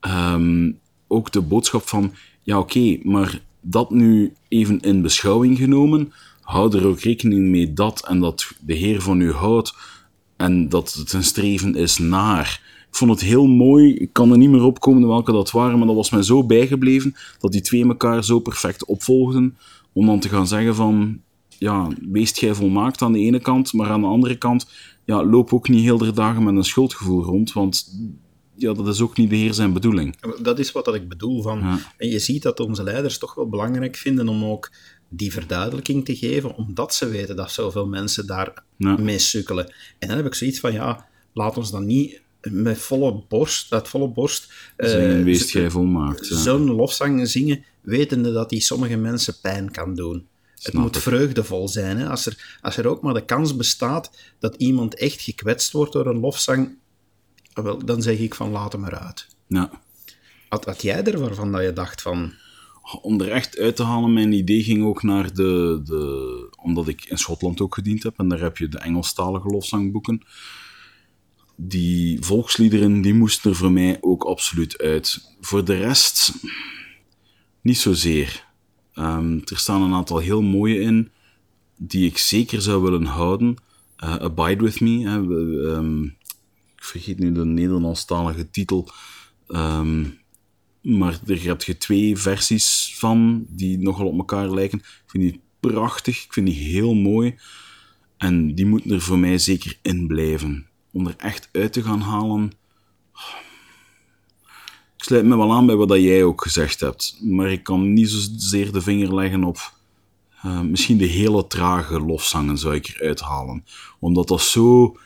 ook de boodschap van, ja oké, maar dat nu even in beschouwing genomen, hou er ook rekening mee dat en dat de Heer van u houdt en dat het een streven is naar. Ik vond het heel mooi, ik kan er niet meer opkomen welke dat waren, maar dat was mij zo bijgebleven dat die twee elkaar zo perfect opvolgden, om dan te gaan zeggen van, ja, weest gij volmaakt aan de ene kant, maar aan de andere kant, ja, loop ook niet heel de dagen met een schuldgevoel rond, want ja, dat is ook niet de Heer zijn bedoeling. Dat is wat dat ik bedoel. Van, Ja. En je ziet dat onze leiders toch wel belangrijk vinden om ook die verduidelijking te geven, omdat ze weten dat zoveel mensen daar mee sukkelen. En dan heb ik zoiets van, ja, laat ons dan niet met volle borst Zingen, weest gij volmaakt. Ja. Zo'n lofzang zingen, wetende dat die sommige mensen pijn kan doen. Het moet vreugdevol zijn. Hè? Als er ook maar de kans bestaat dat iemand echt gekwetst wordt door een lofzang, wel, dan zeg ik van laat hem eruit. Ja. Had jij er waarvan dat je dacht van... Om er echt uit te halen, mijn idee ging ook naar omdat ik in Schotland ook gediend heb, en daar heb je de Engelstalige lofzangboeken. Die volksliederen, die moesten er voor mij ook absoluut uit. Voor de rest, niet zozeer. Er staan een aantal heel mooie in, die ik zeker zou willen houden. Abide With Me, ik vergeet nu de Nederlandstalige titel, maar daar heb je 2 versies van, die nogal op elkaar lijken. Ik vind die prachtig, ik vind die heel mooi. En die moeten er voor mij zeker in blijven. Om er echt uit te gaan halen... Ik sluit me wel aan bij wat jij ook gezegd hebt. Maar ik kan niet zozeer de vinger leggen op... misschien de hele trage lofzangen zou ik eruit halen. Omdat dat zo...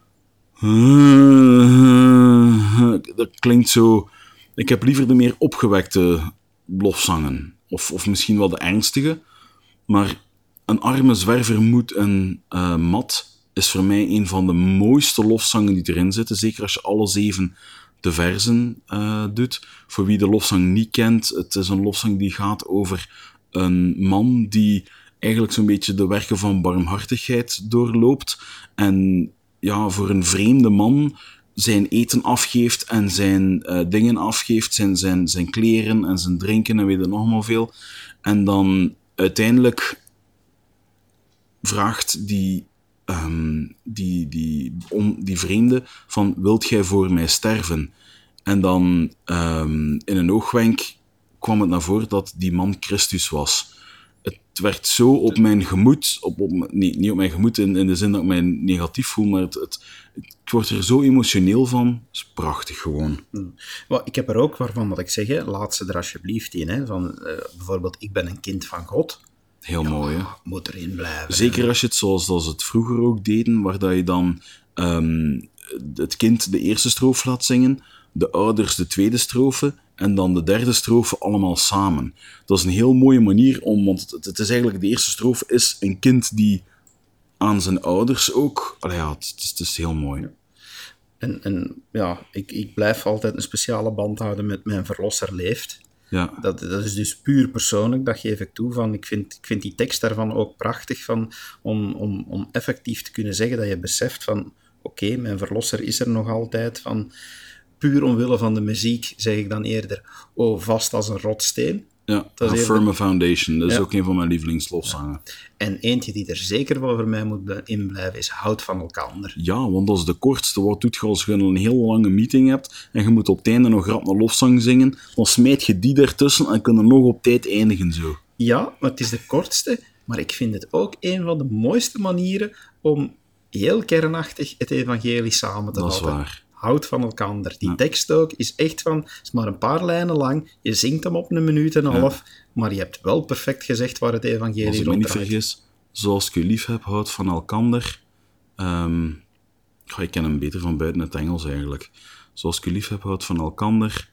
Dat klinkt zo... Ik heb liever de meer opgewekte lofzangen. Of misschien wel de ernstige. Maar een arme zwerver moet een mat... is voor mij een van de mooiste lofzangen die erin zitten. Zeker als je alle 7 de verzen doet. Voor wie de lofzang niet kent, het is een lofzang die gaat over een man die eigenlijk zo'n beetje de werken van barmhartigheid doorloopt. En ja, voor een vreemde man zijn eten afgeeft en zijn dingen afgeeft, zijn kleren en zijn drinken en weet ik nog maar veel. En dan uiteindelijk vraagt die vreemde van, wilt gij voor mij sterven? En dan in een oogwenk kwam het naar voren dat die man Christus was. Het werd zo op mijn gemoed, niet op mijn gemoed in de zin dat ik mij negatief voel, maar ik word er zo emotioneel van. Het is prachtig gewoon. Well, ik heb er ook waarvan dat ik zeg, hè, laat ze er alsjeblieft in. Hè, van, bijvoorbeeld, ik ben een kind van God. Heel mooi, hè? Moet erin blijven. Zeker als je het zoals dat ze het vroeger ook deden, waar dat je dan het kind de eerste strofe laat zingen, de ouders de tweede strofe en dan de derde strofe allemaal samen. Dat is een heel mooie manier want het is eigenlijk, de eerste strofe is een kind die aan zijn ouders ook... het is heel mooi. En ja, ik blijf altijd een speciale band houden met Mijn Verlosser leeft. Ja. Dat is dus puur persoonlijk, dat geef ik toe. Van, ik vind die tekst daarvan ook prachtig, van, om effectief te kunnen zeggen dat je beseft van oké, mijn verlosser is er nog altijd. Van, puur omwille van de muziek zeg ik dan eerder, oh, vast als een rotsteen. Ja, A Firm Foundation, dat is ook een van mijn lievelingslofzangen. Ja. En eentje die er zeker wel voor mij moet inblijven is Houd van elkander. Ja, want dat is de kortste. Wat doet je als je een heel lange meeting hebt en je moet op het einde nog rap een lofzang zingen, dan smijt je die ertussen en kun je nog op tijd eindigen zo. Ja, maar het is de kortste, maar ik vind het ook een van de mooiste manieren om heel kernachtig het evangelie samen te vatten. Dat is waar. Houd van elkander. Die tekst ook is echt van, is maar een paar lijnen lang, je zingt hem op 1,5 minuut, maar je hebt wel perfect gezegd waar het evangelie rond draait. Als ik me niet vergis, zoals ik u lief heb, houd van elkander. Ik ken hem beter van buiten het Engels eigenlijk. zoals ik u lief heb, houd van elkander.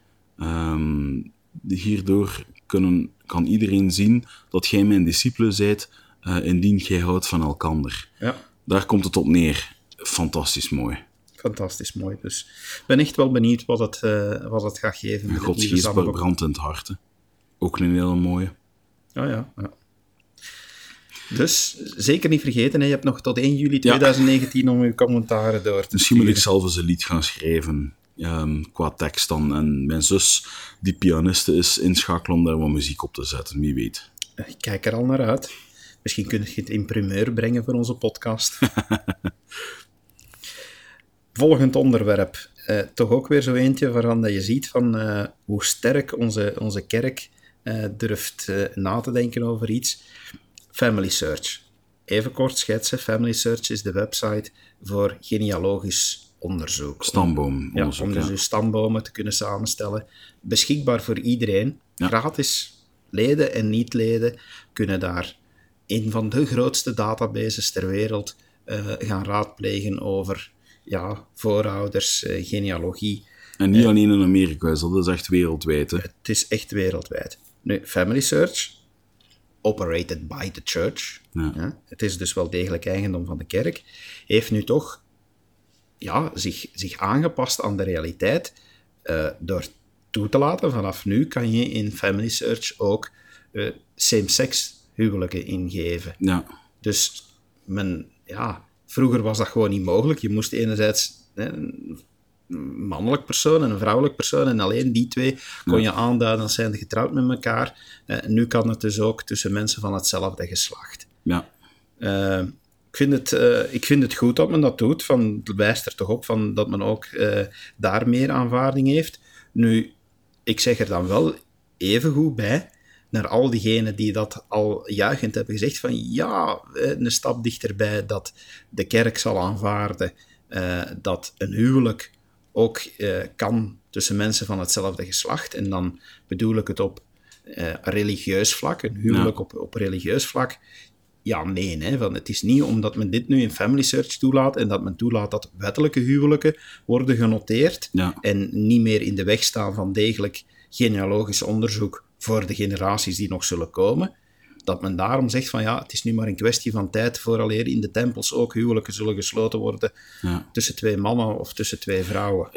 Hierdoor kan iedereen zien dat jij mijn discipelen zijt, indien jij houdt van elkander. Ja. Daar komt het op neer. Fantastisch mooi. Fantastisch mooi. Dus ik ben echt wel benieuwd wat het gaat geven. En Gods geest brandt in het hart. Hè. Ook een hele mooie. Ja. Dus zeker niet vergeten, hè. Je hebt nog tot 1 juli 2019 om je commentaren door te sturen. Misschien moet ik zelf eens een lied gaan schrijven, qua tekst dan. En mijn zus, die pianiste is, inschakelen om daar wat muziek op te zetten, wie weet. Ik kijk er al naar uit. Misschien kun je het in primeur brengen voor onze podcast. Volgend onderwerp. Toch ook weer zo eentje waarvan dat je ziet van hoe sterk onze kerk durft na te denken over iets. Family Search. Even kort schetsen. Family Search is de website voor genealogisch onderzoek. Stamboomonderzoek. Om dus uw stambomen te kunnen samenstellen. Beschikbaar voor iedereen. Ja. Gratis. Leden en niet-leden kunnen daar een van de grootste databases ter wereld gaan raadplegen over voorouders, genealogie. En niet alleen in Amerika, dat is echt wereldwijd. Hè? Het is echt wereldwijd. Nu, Family Search, operated by the church, het is dus wel degelijk eigendom van de kerk, heeft nu toch zich aangepast aan de realiteit door toe te laten. Vanaf nu kan je in Family Search ook same-sex huwelijken ingeven. Ja. Dus vroeger was dat gewoon niet mogelijk. Je moest enerzijds een mannelijk persoon en een vrouwelijk persoon en alleen die twee kon je aanduiden als zijnde getrouwd met elkaar. Nu kan het dus ook tussen mensen van hetzelfde geslacht. Ja. Ik vind het goed dat men dat doet. Het wijst er toch op dat men ook daar meer aanvaarding heeft. Nu, ik zeg er dan wel even goed bij, naar al diegenen die dat al juichend hebben gezegd, van een stap dichterbij dat de kerk zal aanvaarden dat een huwelijk ook kan tussen mensen van hetzelfde geslacht. En dan bedoel ik het op religieus vlak, een huwelijk op religieus vlak. Ja, nee. Het is niet omdat men dit nu in Family Search toelaat en dat men toelaat dat wettelijke huwelijken worden genoteerd en niet meer in de weg staan van degelijk genealogisch onderzoek voor de generaties die nog zullen komen, dat men daarom zegt van het is nu maar een kwestie van tijd vooraleer in de tempels ook huwelijken zullen gesloten worden tussen 2 mannen of tussen 2 vrouwen.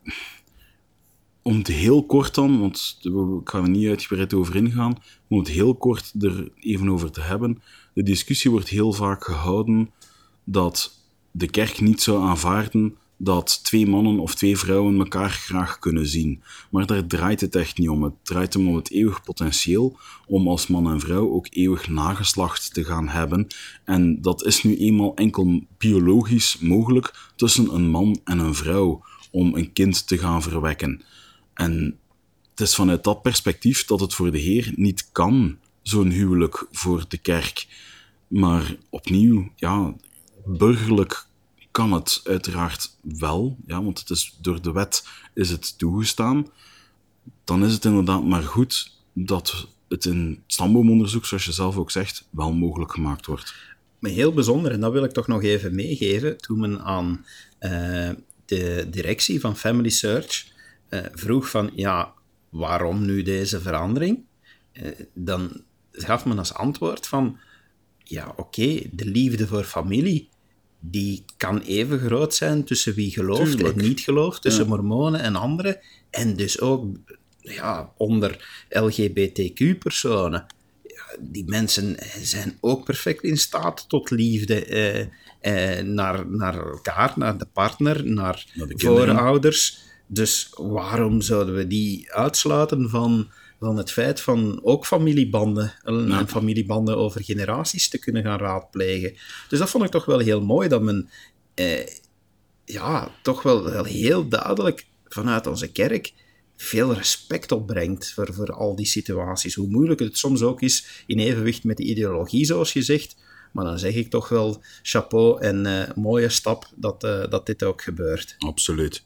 Om het heel kort dan, want ik ga er niet uitgebreid over ingaan, om het heel kort er even over te hebben. De discussie wordt heel vaak gehouden dat de kerk niet zou aanvaarden dat 2 mannen of 2 vrouwen elkaar graag kunnen zien. Maar daar draait het echt niet om. Het draait om het eeuwig potentieel om als man en vrouw ook eeuwig nageslacht te gaan hebben. En dat is nu eenmaal enkel biologisch mogelijk tussen een man en een vrouw om een kind te gaan verwekken. En het is vanuit dat perspectief dat het voor de Heer niet kan, zo'n huwelijk voor de kerk. Maar opnieuw, burgerlijk kan het uiteraard wel, want het is, door de wet is het toegestaan. Dan is het inderdaad maar goed dat het in het stamboomonderzoek, zoals je zelf ook zegt, wel mogelijk gemaakt wordt. Maar heel bijzonder, en dat wil ik toch nog even meegeven, toen men aan de directie van Family Search vroeg van, waarom nu deze verandering? Dan gaf men als antwoord van, de liefde voor familie, die kan even groot zijn tussen wie gelooft en niet gelooft, tussen mormonen en anderen, en dus ook onder LGBTQ-personen. Die mensen zijn ook perfect in staat tot liefde naar elkaar, naar de partner, naar de voorouders. Dus waarom zouden we die uitsluiten van het feit van ook familiebanden en familiebanden over generaties te kunnen gaan raadplegen? Dus dat vond ik toch wel heel mooi, dat men toch wel heel duidelijk vanuit onze kerk veel respect opbrengt voor al die situaties. Hoe moeilijk het soms ook is in evenwicht met de ideologie, zoals je zegt. Maar dan zeg ik toch wel chapeau en mooie stap dat dit ook gebeurt. Absoluut.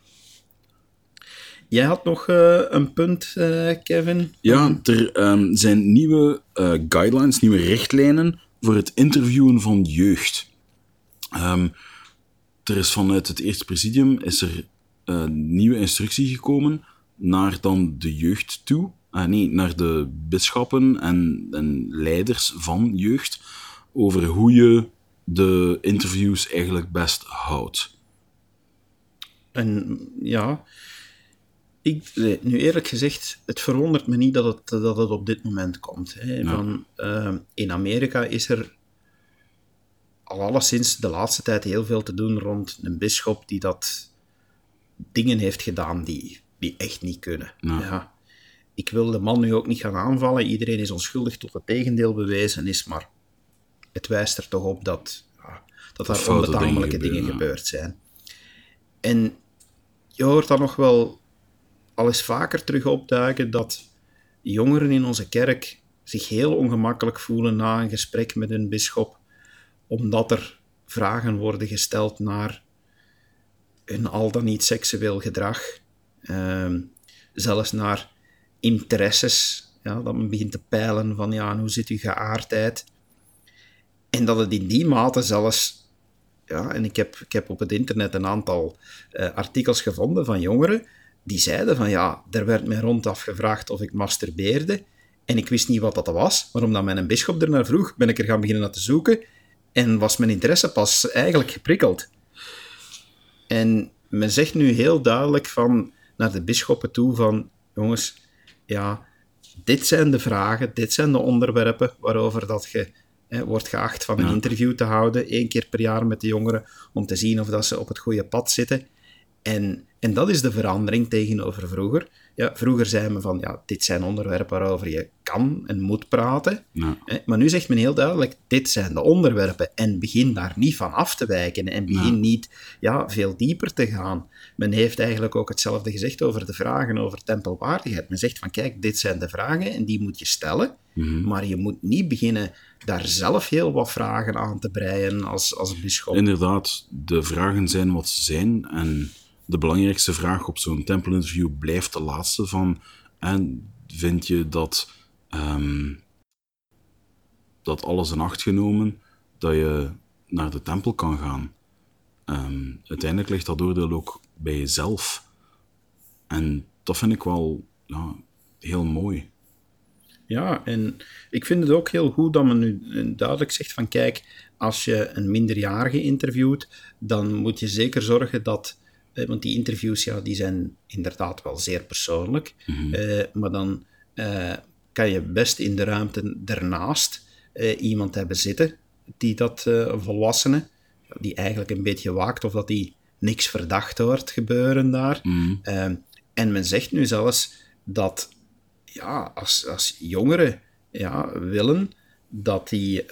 Jij had nog een punt, Kevin? Ja, er zijn nieuwe guidelines, nieuwe richtlijnen voor het interviewen van jeugd. Er is vanuit het Eerste Presidium is er nieuwe instructie gekomen naar dan de jeugd toe. Naar de bisschoppen en leiders van jeugd, over hoe je de interviews eigenlijk best houdt. En ja, nu eerlijk gezegd, het verwondert me niet dat het op dit moment komt. Hè. Ja. In Amerika is er al alleszins de laatste tijd heel veel te doen rond een bisschop die dat dingen heeft gedaan die echt niet kunnen. Ja. Ja. Ik wil de man nu ook niet gaan aanvallen. Iedereen is onschuldig tot het tegendeel bewezen is, maar het wijst er toch op dat daar onbetamelijke dingen gebeurd zijn. En je hoort dan nog wel al eens vaker terug opduiken dat jongeren in onze kerk zich heel ongemakkelijk voelen na een gesprek met hun bisschop, omdat er vragen worden gesteld naar hun al dan niet seksueel gedrag, zelfs naar interesses, ja, dat men begint te peilen van ja, hoe zit uw geaardheid? En dat het in die mate zelfs, ja, en ik heb op het internet een aantal artikels gevonden van jongeren die zeiden van ja, er werd mij rondaf gevraagd of ik masturbeerde en ik wist niet wat dat was, maar omdat mijn bisschop ernaar vroeg, ben ik er gaan beginnen naar te zoeken en was mijn interesse pas eigenlijk geprikkeld. En men zegt nu heel duidelijk van naar de bisschoppen toe van jongens, ja, dit zijn de vragen, dit zijn de onderwerpen waarover dat je wordt geacht van een interview te houden, 1 keer per jaar met de jongeren, om te zien of dat ze op het goede pad zitten. En dat is de verandering tegenover vroeger. Ja, vroeger zei men van, ja, dit zijn onderwerpen waarover je kan en moet praten. Ja. Maar nu zegt men heel duidelijk, dit zijn de onderwerpen. En begin daar niet van af te wijken. En begin niet veel dieper te gaan. Men heeft eigenlijk ook hetzelfde gezegd over de vragen over tempelwaardigheid. Men zegt van, kijk, dit zijn de vragen en die moet je stellen. Mm-hmm. Maar je moet niet beginnen daar zelf heel wat vragen aan te breien als bisschop. Inderdaad, de vragen zijn wat ze zijn en de belangrijkste vraag op zo'n tempelinterview blijft de laatste van en vind je dat alles in acht genomen dat je naar de tempel kan gaan? Uiteindelijk ligt dat oordeel ook bij jezelf. En dat vind ik wel heel mooi. Ja, en ik vind het ook heel goed dat men nu duidelijk zegt van kijk, als je een minderjarige interviewt, dan moet je zeker zorgen dat want die interviews, die zijn inderdaad wel zeer persoonlijk. Mm-hmm. Maar dan kan je best in de ruimte daarnaast iemand hebben zitten, die dat volwassene, die eigenlijk een beetje waakt of dat die niks verdacht hoort gebeuren daar. Mm-hmm. En men zegt nu zelfs dat als jongeren willen, dat die...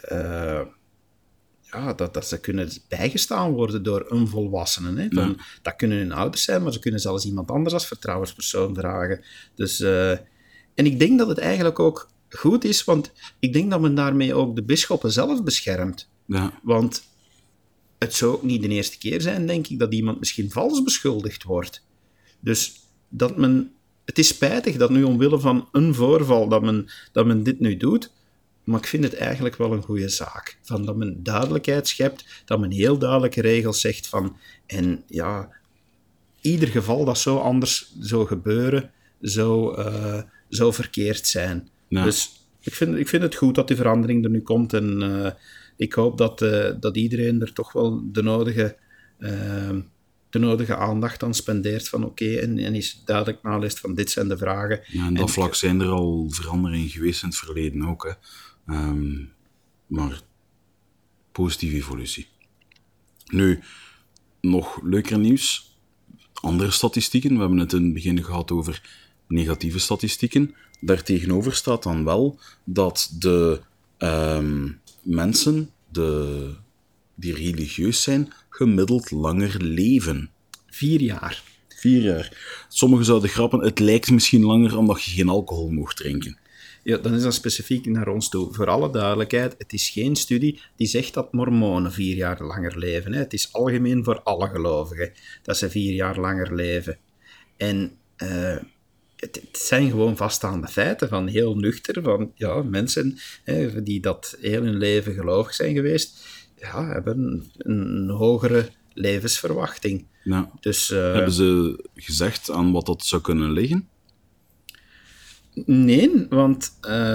dat ze kunnen bijgestaan worden door een volwassene. Hè. Dat kunnen hun ouders zijn, maar ze kunnen zelfs iemand anders als vertrouwenspersoon vragen. Dus, en ik denk dat het eigenlijk ook goed is, want ik denk dat men daarmee ook de bisschoppen zelf beschermt. Ja. Want het zou ook niet de eerste keer zijn, denk ik, dat iemand misschien vals beschuldigd wordt. Dus het is spijtig dat nu omwille van een voorval dat men dit nu doet, maar ik vind het eigenlijk wel een goede zaak. Van dat men duidelijkheid schept, dat men heel duidelijke regels zegt van... En ieder geval dat zo anders zou gebeuren, zou verkeerd zijn. Ja. Dus ik vind het goed dat die verandering er nu komt. En ik hoop dat iedereen er toch wel de nodige aandacht aan spendeert van oké, en is duidelijk naleest van dit zijn de vragen. Ja, en dat vlak zijn er al veranderingen geweest in het verleden ook, hè. Maar positieve evolutie. Nu, nog leuker nieuws. Andere statistieken. We hebben het in het begin gehad over negatieve statistieken. Daartegenover staat dan wel dat de mensen die religieus zijn, gemiddeld langer leven. 4 jaar. 4 jaar. Sommigen zouden grappen, het lijkt misschien langer omdat je geen alcohol mocht drinken. Ja, dan is dat specifiek naar ons toe. Voor alle duidelijkheid, het is geen studie die zegt dat mormonen 4 jaar langer leven. Hè. Het is algemeen voor alle gelovigen dat ze 4 jaar langer leven. En het zijn gewoon vaststaande feiten van heel nuchter, van mensen die dat heel hun leven gelovig zijn geweest, hebben een hogere levensverwachting. Ja. Dus, Hebben ze gezegd aan wat dat zou kunnen liggen? Nee, want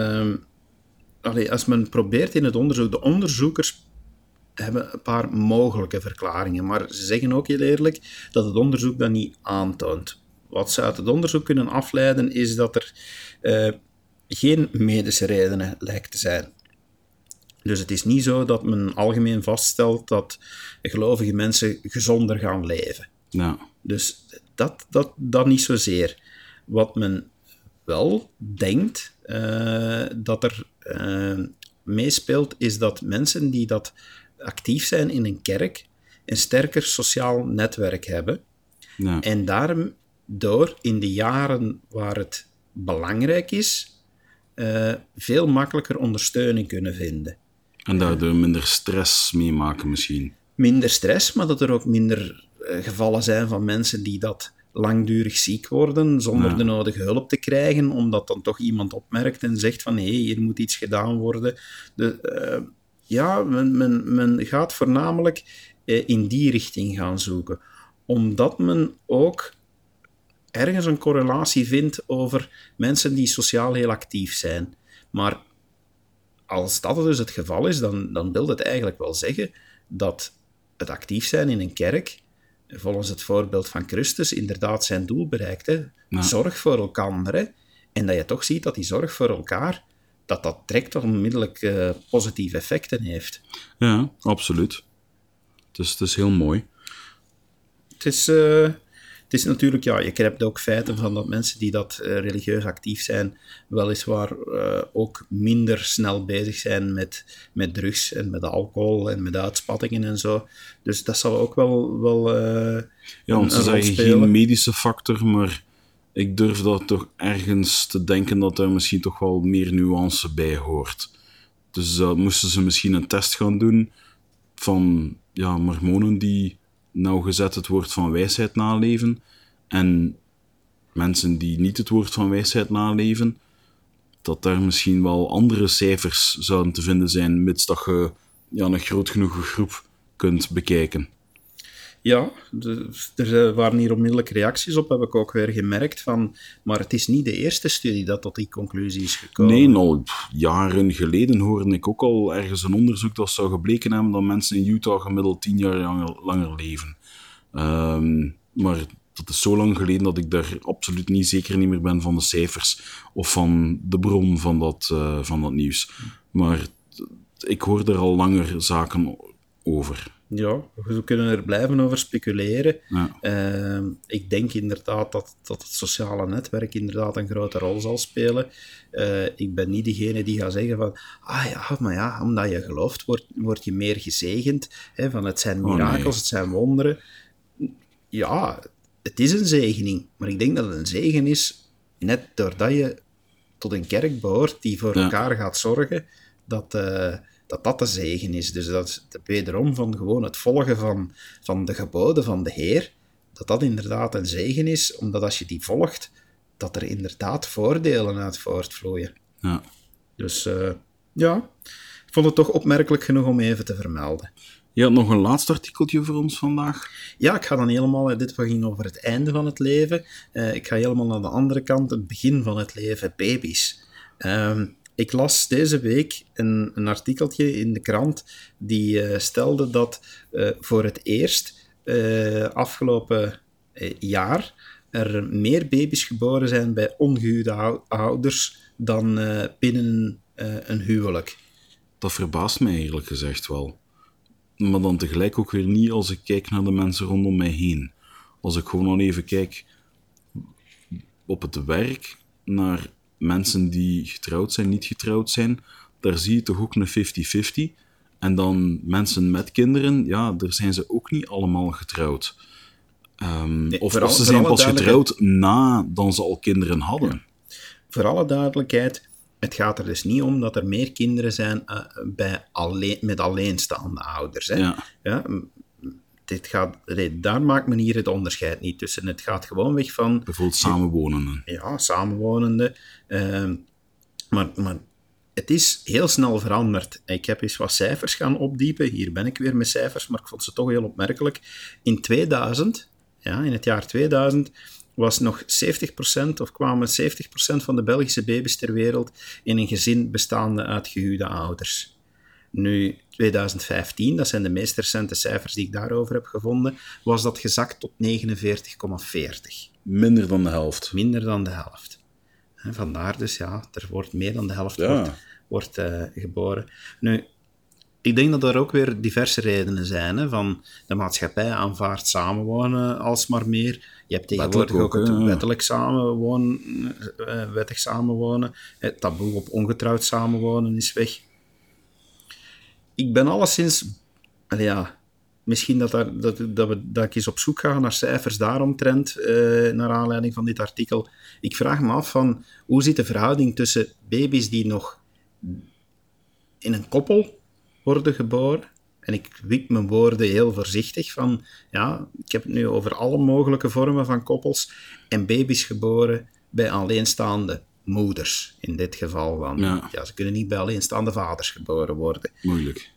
als men probeert in het onderzoek, de onderzoekers hebben een paar mogelijke verklaringen, maar ze zeggen ook heel eerlijk dat het onderzoek dat niet aantoont. Wat ze uit het onderzoek kunnen afleiden is dat er geen medische redenen lijkt te zijn. Dus het is niet zo dat men algemeen vaststelt dat gelovige mensen gezonder gaan leven. Ja. Dus dat niet zozeer. Wat men wel denkt dat er meespeelt, is dat mensen die dat actief zijn in een kerk een sterker sociaal netwerk hebben. Ja. En daardoor in de jaren waar het belangrijk is, veel makkelijker ondersteuning kunnen vinden. En daardoor minder stress meemaken misschien. Minder stress, maar dat er ook minder gevallen zijn van mensen die dat langdurig ziek worden, zonder de nodige hulp te krijgen, omdat dan toch iemand opmerkt en zegt van hé, hier moet iets gedaan worden. Men gaat voornamelijk in die richting gaan zoeken. Omdat men ook ergens een correlatie vindt over mensen die sociaal heel actief zijn. Maar als dat dus het geval is, dan wil het eigenlijk wel zeggen dat het actief zijn in een kerk, volgens het voorbeeld van Christus, inderdaad zijn doel bereikt. Hè? Ja. Zorg voor elkaar. Hè? En dat je toch ziet dat die zorg voor elkaar, dat direct onmiddellijk positieve effecten heeft. Ja, absoluut. Dus het is heel mooi. Het is natuurlijk, ja, je hebt ook feiten van dat mensen die dat religieus actief zijn, weliswaar ook minder snel bezig zijn met drugs en met alcohol en met uitspattingen en zo. Dus dat zal ook wel ja, want ze een rol zeggen spelen. geen medische factor, maar ik durf dat toch ergens te denken dat er misschien toch wel meer nuance bij hoort. Dus moesten ze misschien een test gaan doen van mormonen die nauwgezet het woord van wijsheid naleven en mensen die niet het woord van wijsheid naleven, dat daar misschien wel andere cijfers zouden te vinden zijn, mits dat je een groot genoeg groep kunt bekijken. Ja, er waren hier onmiddellijk reacties op, heb ik ook weer gemerkt, maar het is niet de eerste studie dat tot die conclusie is gekomen. Nee, al jaren geleden hoorde ik ook al ergens een onderzoek dat zou gebleken hebben dat mensen in Utah gemiddeld 10 jaar langer leven. Maar dat is zo lang geleden dat ik daar absoluut niet zeker niet meer ben van de cijfers of van de bron van dat nieuws. Maar ik hoor er al langer zaken over. Ja, we kunnen er blijven over speculeren. Ja. Ik denk inderdaad dat het sociale netwerk inderdaad een grote rol zal spelen. Ik ben niet degene die gaat zeggen van maar ja, omdat je gelooft, word je meer gezegend. Hè, van het zijn mirakels, Het zijn wonderen. Ja, het is een zegening. Maar ik denk dat het een zegen is, net doordat je tot een kerk behoort die voor elkaar gaat zorgen, dat de zegen is. Dus dat is wederom van gewoon het volgen van de geboden van de Heer, dat inderdaad een zegen is, omdat als je die volgt, dat er inderdaad voordelen uit voortvloeien. Ja. Dus ik vond het toch opmerkelijk genoeg om even te vermelden. Je had nog een laatste artikeltje voor ons vandaag? Ja, ik ga dan helemaal, dit ging over het einde van het leven. Ik ga helemaal naar de andere kant, het begin van het leven, baby's. Ik las deze week een artikeltje in de krant die stelde dat voor het eerst afgelopen jaar er meer baby's geboren zijn bij ongehuwde ouders dan binnen een huwelijk. Dat verbaast mij eerlijk gezegd wel. Maar dan tegelijk ook weer niet als ik kijk naar de mensen rondom mij heen. Als ik gewoon al even kijk op het werk naar mensen die getrouwd zijn, niet getrouwd zijn, daar zie je toch ook een 50-50. En dan mensen met kinderen, ja, daar zijn ze ook niet allemaal getrouwd. Of ze zijn pas getrouwd nadat ze al kinderen hadden. Ja. Voor alle duidelijkheid, het gaat er dus niet om dat er meer kinderen zijn met alleenstaande ouders. Hè? Ja, daar maakt men hier het onderscheid niet tussen. Het gaat gewoon weg van... Bijvoorbeeld samenwonenden. Ja, samenwonenden. Maar het is heel snel veranderd. Ik heb eens wat cijfers gaan opdiepen. Hier ben ik weer met cijfers, maar ik vond ze toch heel opmerkelijk. In 2000 ja, in het jaar 2000 was nog 70% of kwamen 70% van de Belgische baby's ter wereld in een gezin bestaande uit gehuwde ouders. Nu, 2015, dat zijn de meest recente cijfers die ik daarover heb gevonden, was dat gezakt tot 49,40. Minder dan de helft. Minder dan de helft. En vandaar dus, ja, er wordt meer dan de helft wordt geboren. Nu, ik denk dat er ook weer diverse redenen zijn. Hè, van de maatschappij aanvaardt samenwonen alsmaar meer. Je hebt tegenwoordig ook het wettig samenwonen. Het taboe op ongetrouwd samenwonen is weg. Ik ben alleszins... Misschien dat ik eens op zoek ga naar cijfers daaromtrent, naar aanleiding van dit artikel. Ik vraag me af van, hoe zit de verhouding tussen baby's die nog in een koppel worden geboren, en ik wik mijn woorden heel voorzichtig van, ja, ik heb het nu over alle mogelijke vormen van koppels, en baby's geboren bij alleenstaande moeders, in dit geval. Want ze kunnen niet bij alleenstaande vaders geboren worden. Moeilijk.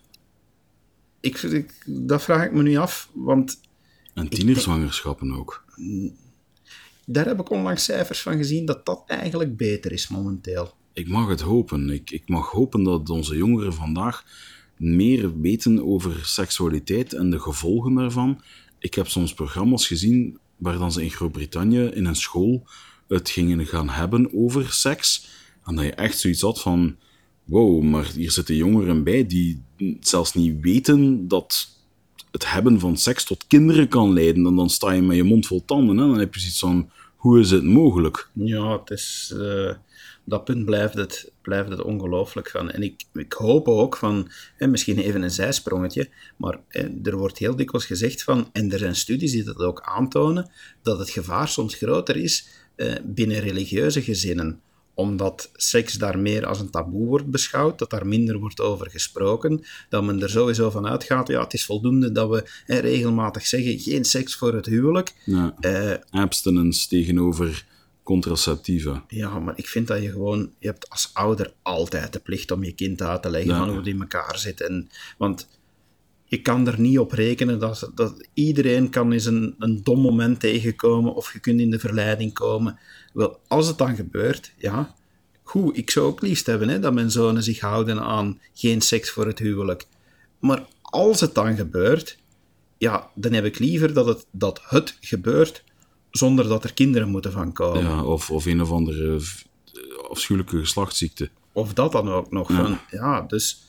Dat vraag ik me nu af, want... En tienerzwangerschappen ook. Daar heb ik onlangs cijfers van gezien dat dat eigenlijk beter is momenteel. Ik mag het hopen. Ik mag hopen dat onze jongeren vandaag meer weten over seksualiteit en de gevolgen daarvan. Ik heb soms programma's gezien waar dan ze in Groot-Brittannië in een school het gingen gaan hebben over seks. En dat je echt zoiets had van... Wow, maar hier zitten jongeren bij die zelfs niet weten dat het hebben van seks tot kinderen kan leiden. En dan sta je met je mond vol tanden. Hè? Dan heb je zoiets van, hoe is het mogelijk? Ja, het is... Op dat punt blijft het ongelooflijk van. En ik hoop ook van... misschien even een zijsprongetje, maar er wordt heel dikwijls gezegd van... En er zijn studies die dat ook aantonen, dat het gevaar soms groter is binnen religieuze gezinnen, omdat seks daar meer als een taboe wordt beschouwd, dat daar minder wordt over gesproken, dat men er sowieso van uitgaat, ja, het is voldoende dat we regelmatig zeggen, geen seks voor het huwelijk. Ja, abstinence tegenover contraceptiva. Ja, maar ik vind dat je hebt als ouder altijd de plicht om je kind uit te leggen van hoe het in elkaar zit. Want je kan er niet op rekenen dat iedereen kan eens een dom moment tegenkomen of je kunt in de verleiding komen. Wel, als het dan gebeurt, ja, goed, ik zou ook liefst hebben dat mijn zonen zich houden aan geen seks voor het huwelijk. Maar als het dan gebeurt, ja, dan heb ik liever dat het gebeurt zonder dat er kinderen moeten van komen. Ja, of een of andere afschuwelijke geslachtsziekte. Of dat dan ook nog. Dus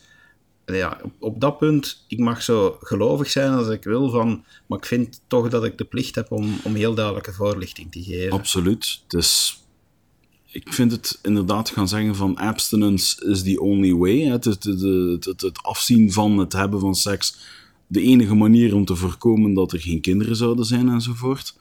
op dat punt, ik mag zo gelovig zijn als ik wil, maar ik vind toch dat ik de plicht heb om heel duidelijke voorlichting te geven. Absoluut. Dus ik vind het inderdaad gaan zeggen van abstinence is the only way. Het afzien van het hebben van seks, de enige manier om te voorkomen dat er geen kinderen zouden zijn enzovoort.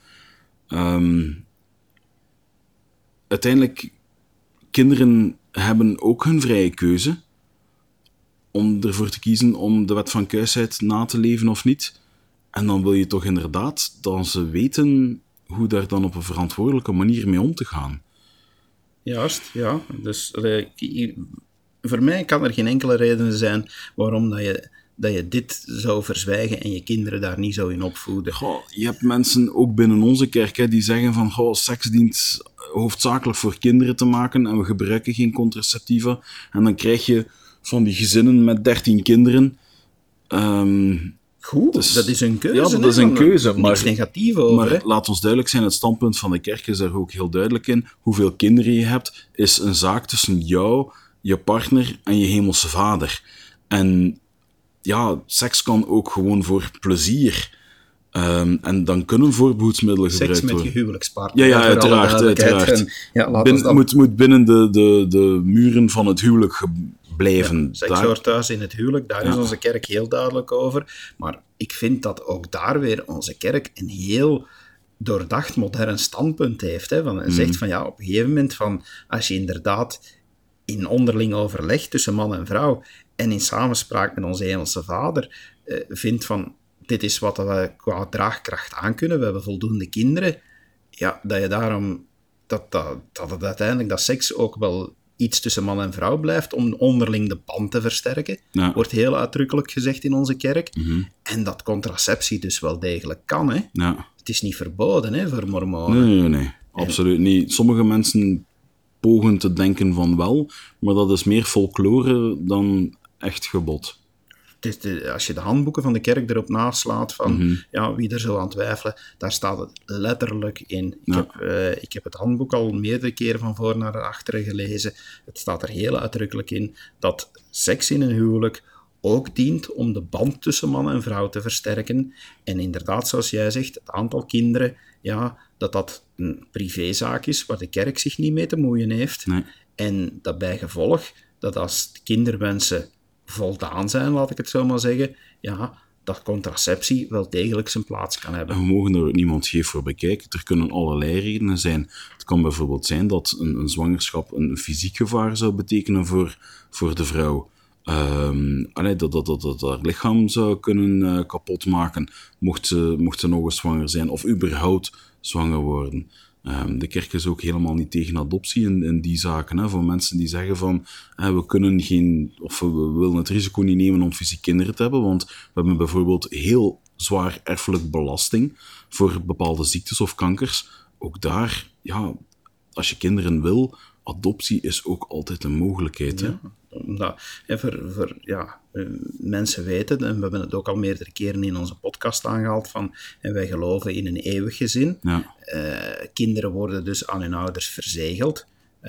Uiteindelijk, kinderen hebben ook hun vrije keuze om ervoor te kiezen om de wet van kuisheid na te leven of niet. En dan wil je toch inderdaad dat ze weten hoe daar dan op een verantwoordelijke manier mee om te gaan. Juist, ja. Dus voor mij kan er geen enkele reden zijn waarom dat je dit zou verzwijgen en je kinderen daar niet zou in opvoeden. Goh, je hebt mensen, ook binnen onze kerk, die zeggen van seks dient hoofdzakelijk voor kinderen te maken en we gebruiken geen contraceptiva. En dan krijg je van die gezinnen met 13 kinderen. Goed, dus, dat is een keuze. Ja, dat is een keuze. Maar niks negatief over. Maar laat ons duidelijk zijn, het standpunt van de kerk is daar ook heel duidelijk in. Hoeveel kinderen je hebt, is een zaak tussen jou, je partner en je hemelse vader. En ja, seks kan ook gewoon voor plezier. En dan kunnen voorbehoedsmiddelen gebruikt worden. Seks met je huwelijkspartner. Ja, uiteraard. Moet binnen de muren van het huwelijk blijven. Ja, seks hoort thuis in het huwelijk, daar is onze kerk heel duidelijk over. Maar ik vind dat ook daar weer onze kerk een heel doordacht modern standpunt heeft. Hè, en zegt van ja, op een gegeven moment van, als je inderdaad in onderling overleg tussen man en vrouw en in samenspraak met onze hemelse vader vindt van dit is wat we qua draagkracht aankunnen, we hebben voldoende kinderen, ja, dat je daarom dat het uiteindelijk dat seks ook wel iets tussen man en vrouw blijft, om onderling de band te versterken. Ja. Wordt heel uitdrukkelijk gezegd in onze kerk. Mhm. En dat contraceptie dus wel degelijk kan. Hè? Ja. Het is niet verboden hè, voor mormonen. Nee. Absoluut niet. Sommige mensen pogen te denken van wel, maar dat is meer folklore dan echt gebod. Het is als je de handboeken van de kerk erop naslaat van wie er zo aan twijfelen, daar staat het letterlijk in. Ik heb het handboek al meerdere keren van voor naar achteren gelezen. Het staat er heel uitdrukkelijk in dat seks in een huwelijk ook dient om de band tussen man en vrouw te versterken. En inderdaad, zoals jij zegt, het aantal kinderen, dat een privézaak is waar de kerk zich niet mee te moeien heeft. Nee. En dat bij gevolg, dat als de kinderwensen voldaan zijn, laat ik het zo maar zeggen, dat contraceptie wel degelijk zijn plaats kan hebben. We mogen er ook niemand scheef voor bekijken. Er kunnen allerlei redenen zijn. Het kan bijvoorbeeld zijn dat een zwangerschap een fysiek gevaar zou betekenen voor de vrouw. Dat haar lichaam zou kunnen kapot maken, mocht ze nog eens zwanger zijn, of überhaupt zwanger worden. De kerk is ook helemaal niet tegen adoptie in die zaken. Hè, voor mensen die zeggen van we kunnen we willen het risico niet nemen om fysiek kinderen te hebben, want we hebben bijvoorbeeld heel zwaar erfelijk belasting voor bepaalde ziektes of kankers. Ook daar, als je kinderen wil, adoptie is ook altijd een mogelijkheid. Hè? Omdat mensen weten, en we hebben het ook al meerdere keren in onze podcast aangehaald, van wij geloven in een eeuwig gezin. Ja. Kinderen worden dus aan hun ouders verzegeld.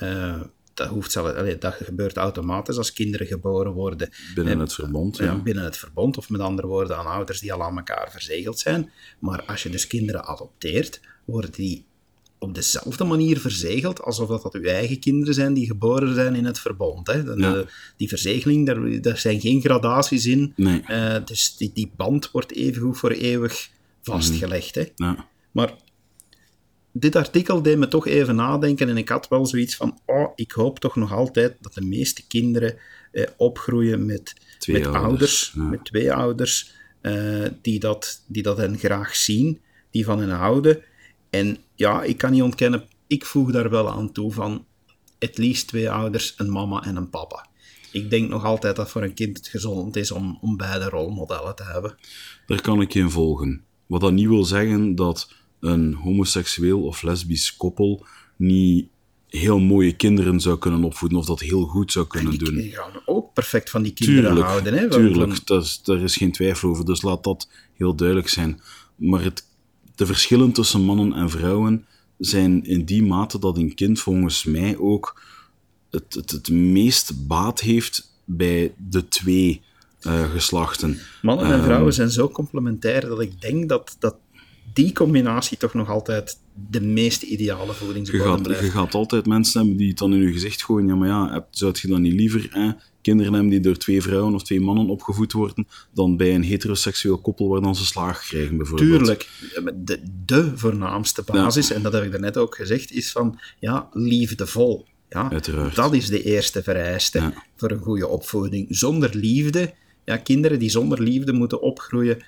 Dat gebeurt automatisch als kinderen geboren worden. Binnen het verbond. Binnen het verbond, of met andere woorden aan ouders die al aan elkaar verzegeld zijn. Maar als je dus kinderen adopteert, worden die op dezelfde manier verzegeld, alsof dat uw eigen kinderen zijn die geboren zijn in het verbond. Hè. Die verzegeling, daar zijn geen gradaties in. Nee. Dus die band wordt evengoed voor eeuwig vastgelegd. Hè. Ja. Maar dit artikel deed me toch even nadenken en ik had wel zoiets van, ik hoop toch nog altijd dat de meeste kinderen opgroeien met ouders, met twee ouders, die dat hen graag zien, die van hen houden. En ik kan niet ontkennen, ik voeg daar wel aan toe van at least 2 ouders, een mama en een papa. Ik denk nog altijd dat voor een kind het gezond is om beide rolmodellen te hebben. Daar kan ik in volgen. Wat dat niet wil zeggen dat een homoseksueel of lesbisch koppel niet heel mooie kinderen zou kunnen opvoeden of dat heel goed zou kunnen doen. Die gaan ook perfect van die kinderen houden. Hè? Tuurlijk, daar is geen twijfel over, dus laat dat heel duidelijk zijn. Maar de verschillen tussen mannen en vrouwen zijn in die mate dat een kind volgens mij ook het meest baat heeft bij de 2 geslachten. Mannen en vrouwen zijn zo complementair dat ik denk dat die combinatie toch nog altijd de meest ideale voedingsbodem blijft. Je gaat altijd mensen hebben die het dan in je gezicht gooien. Zou je dan niet liever kinderen hebben die door 2 vrouwen of 2 mannen opgevoed worden, dan bij een heteroseksueel koppel waar dan ze slaag krijgen, bijvoorbeeld? Tuurlijk. De voornaamste basis, en dat heb ik daarnet ook gezegd, is van, liefdevol. Ja, uiteraard. Dat is de eerste vereiste voor een goede opvoeding. Zonder liefde, kinderen die zonder liefde moeten opgroeien,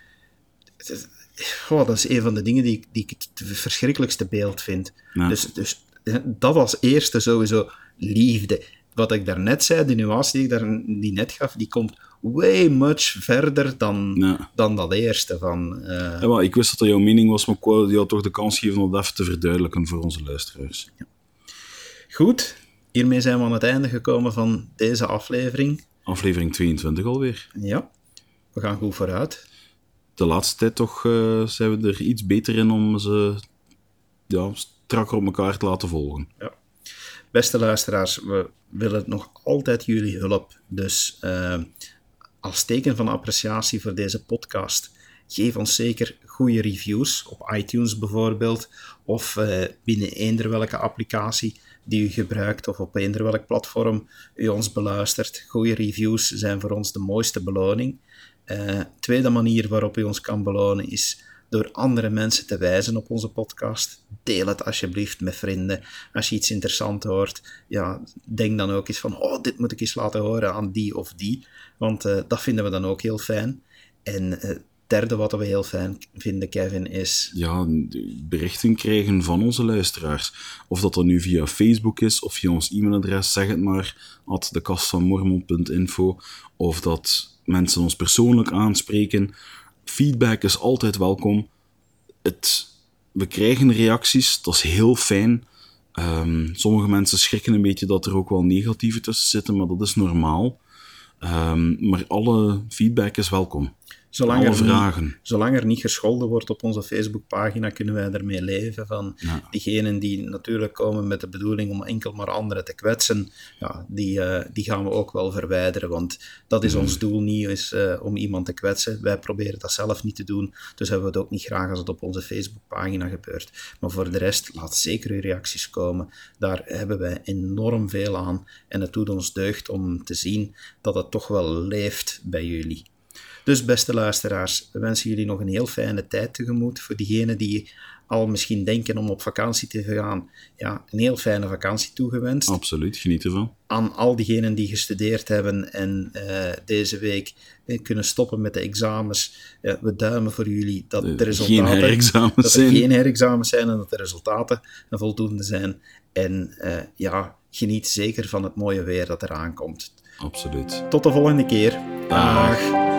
dat is een van de dingen die ik het verschrikkelijkste beeld vind. Ja. Dus dat als eerste sowieso liefde. Wat ik daarnet zei, de nuance die net gaf, die komt way much verder dan dat eerste. Ik wist dat dat jouw mening was, maar ik wou jou toch de kans geven om dat even te verduidelijken voor onze luisteraars. Ja. Goed, hiermee zijn we aan het einde gekomen van deze aflevering. Aflevering 22 alweer. Ja, we gaan goed vooruit. De laatste tijd toch zijn we er iets beter in om ze strakker op elkaar te laten volgen. Ja. Beste luisteraars, we willen nog altijd jullie hulp. Dus als teken van appreciatie voor deze podcast, geef ons zeker goede reviews op iTunes bijvoorbeeld, of binnen eender welke applicatie die u gebruikt, of op eender welk platform u ons beluistert. Goede reviews zijn voor ons de mooiste beloning. Tweede manier waarop u ons kan belonen is door andere mensen te wijzen op onze podcast. Deel het alsjeblieft met vrienden. Als je iets interessants hoort, denk dan ook eens van, dit moet ik eens laten horen aan die of die. Want dat vinden we dan ook heel fijn. En derde wat we heel fijn vinden, Kevin, is... Ja, berichten krijgen van onze luisteraars. Of dat dan nu via Facebook is, of via ons e-mailadres, zeg het maar, @dekastvanmormon.info, of dat mensen ons persoonlijk aanspreken. Feedback is altijd welkom. We krijgen reacties, dat is heel fijn. Sommige mensen schrikken een beetje dat er ook wel negatieve tussen zitten, maar dat is normaal. Maar alle feedback is welkom. Zolang er niet gescholden wordt op onze Facebookpagina, kunnen wij ermee leven. Van diegenen die natuurlijk komen met de bedoeling om enkel maar anderen te kwetsen, ja, die gaan we ook wel verwijderen. Want dat is ons doel niet, om iemand te kwetsen. Wij proberen dat zelf niet te doen. Dus hebben we het ook niet graag als het op onze Facebookpagina gebeurt. Maar voor de rest, laat zeker uw reacties komen. Daar hebben wij enorm veel aan. En het doet ons deugd om te zien dat het toch wel leeft bij jullie. Dus beste luisteraars, we wensen jullie nog een heel fijne tijd tegemoet. Voor diegenen die al misschien denken om op vakantie te gaan, ja, een heel fijne vakantie toegewenst. Absoluut, geniet ervan. Aan al diegenen die gestudeerd hebben en deze week kunnen stoppen met de examens, we duimen voor jullie dat de resultaten... geen herexamens zijn en dat de resultaten voldoende zijn. En geniet zeker van het mooie weer dat eraan komt. Absoluut. Tot de volgende keer. Dag.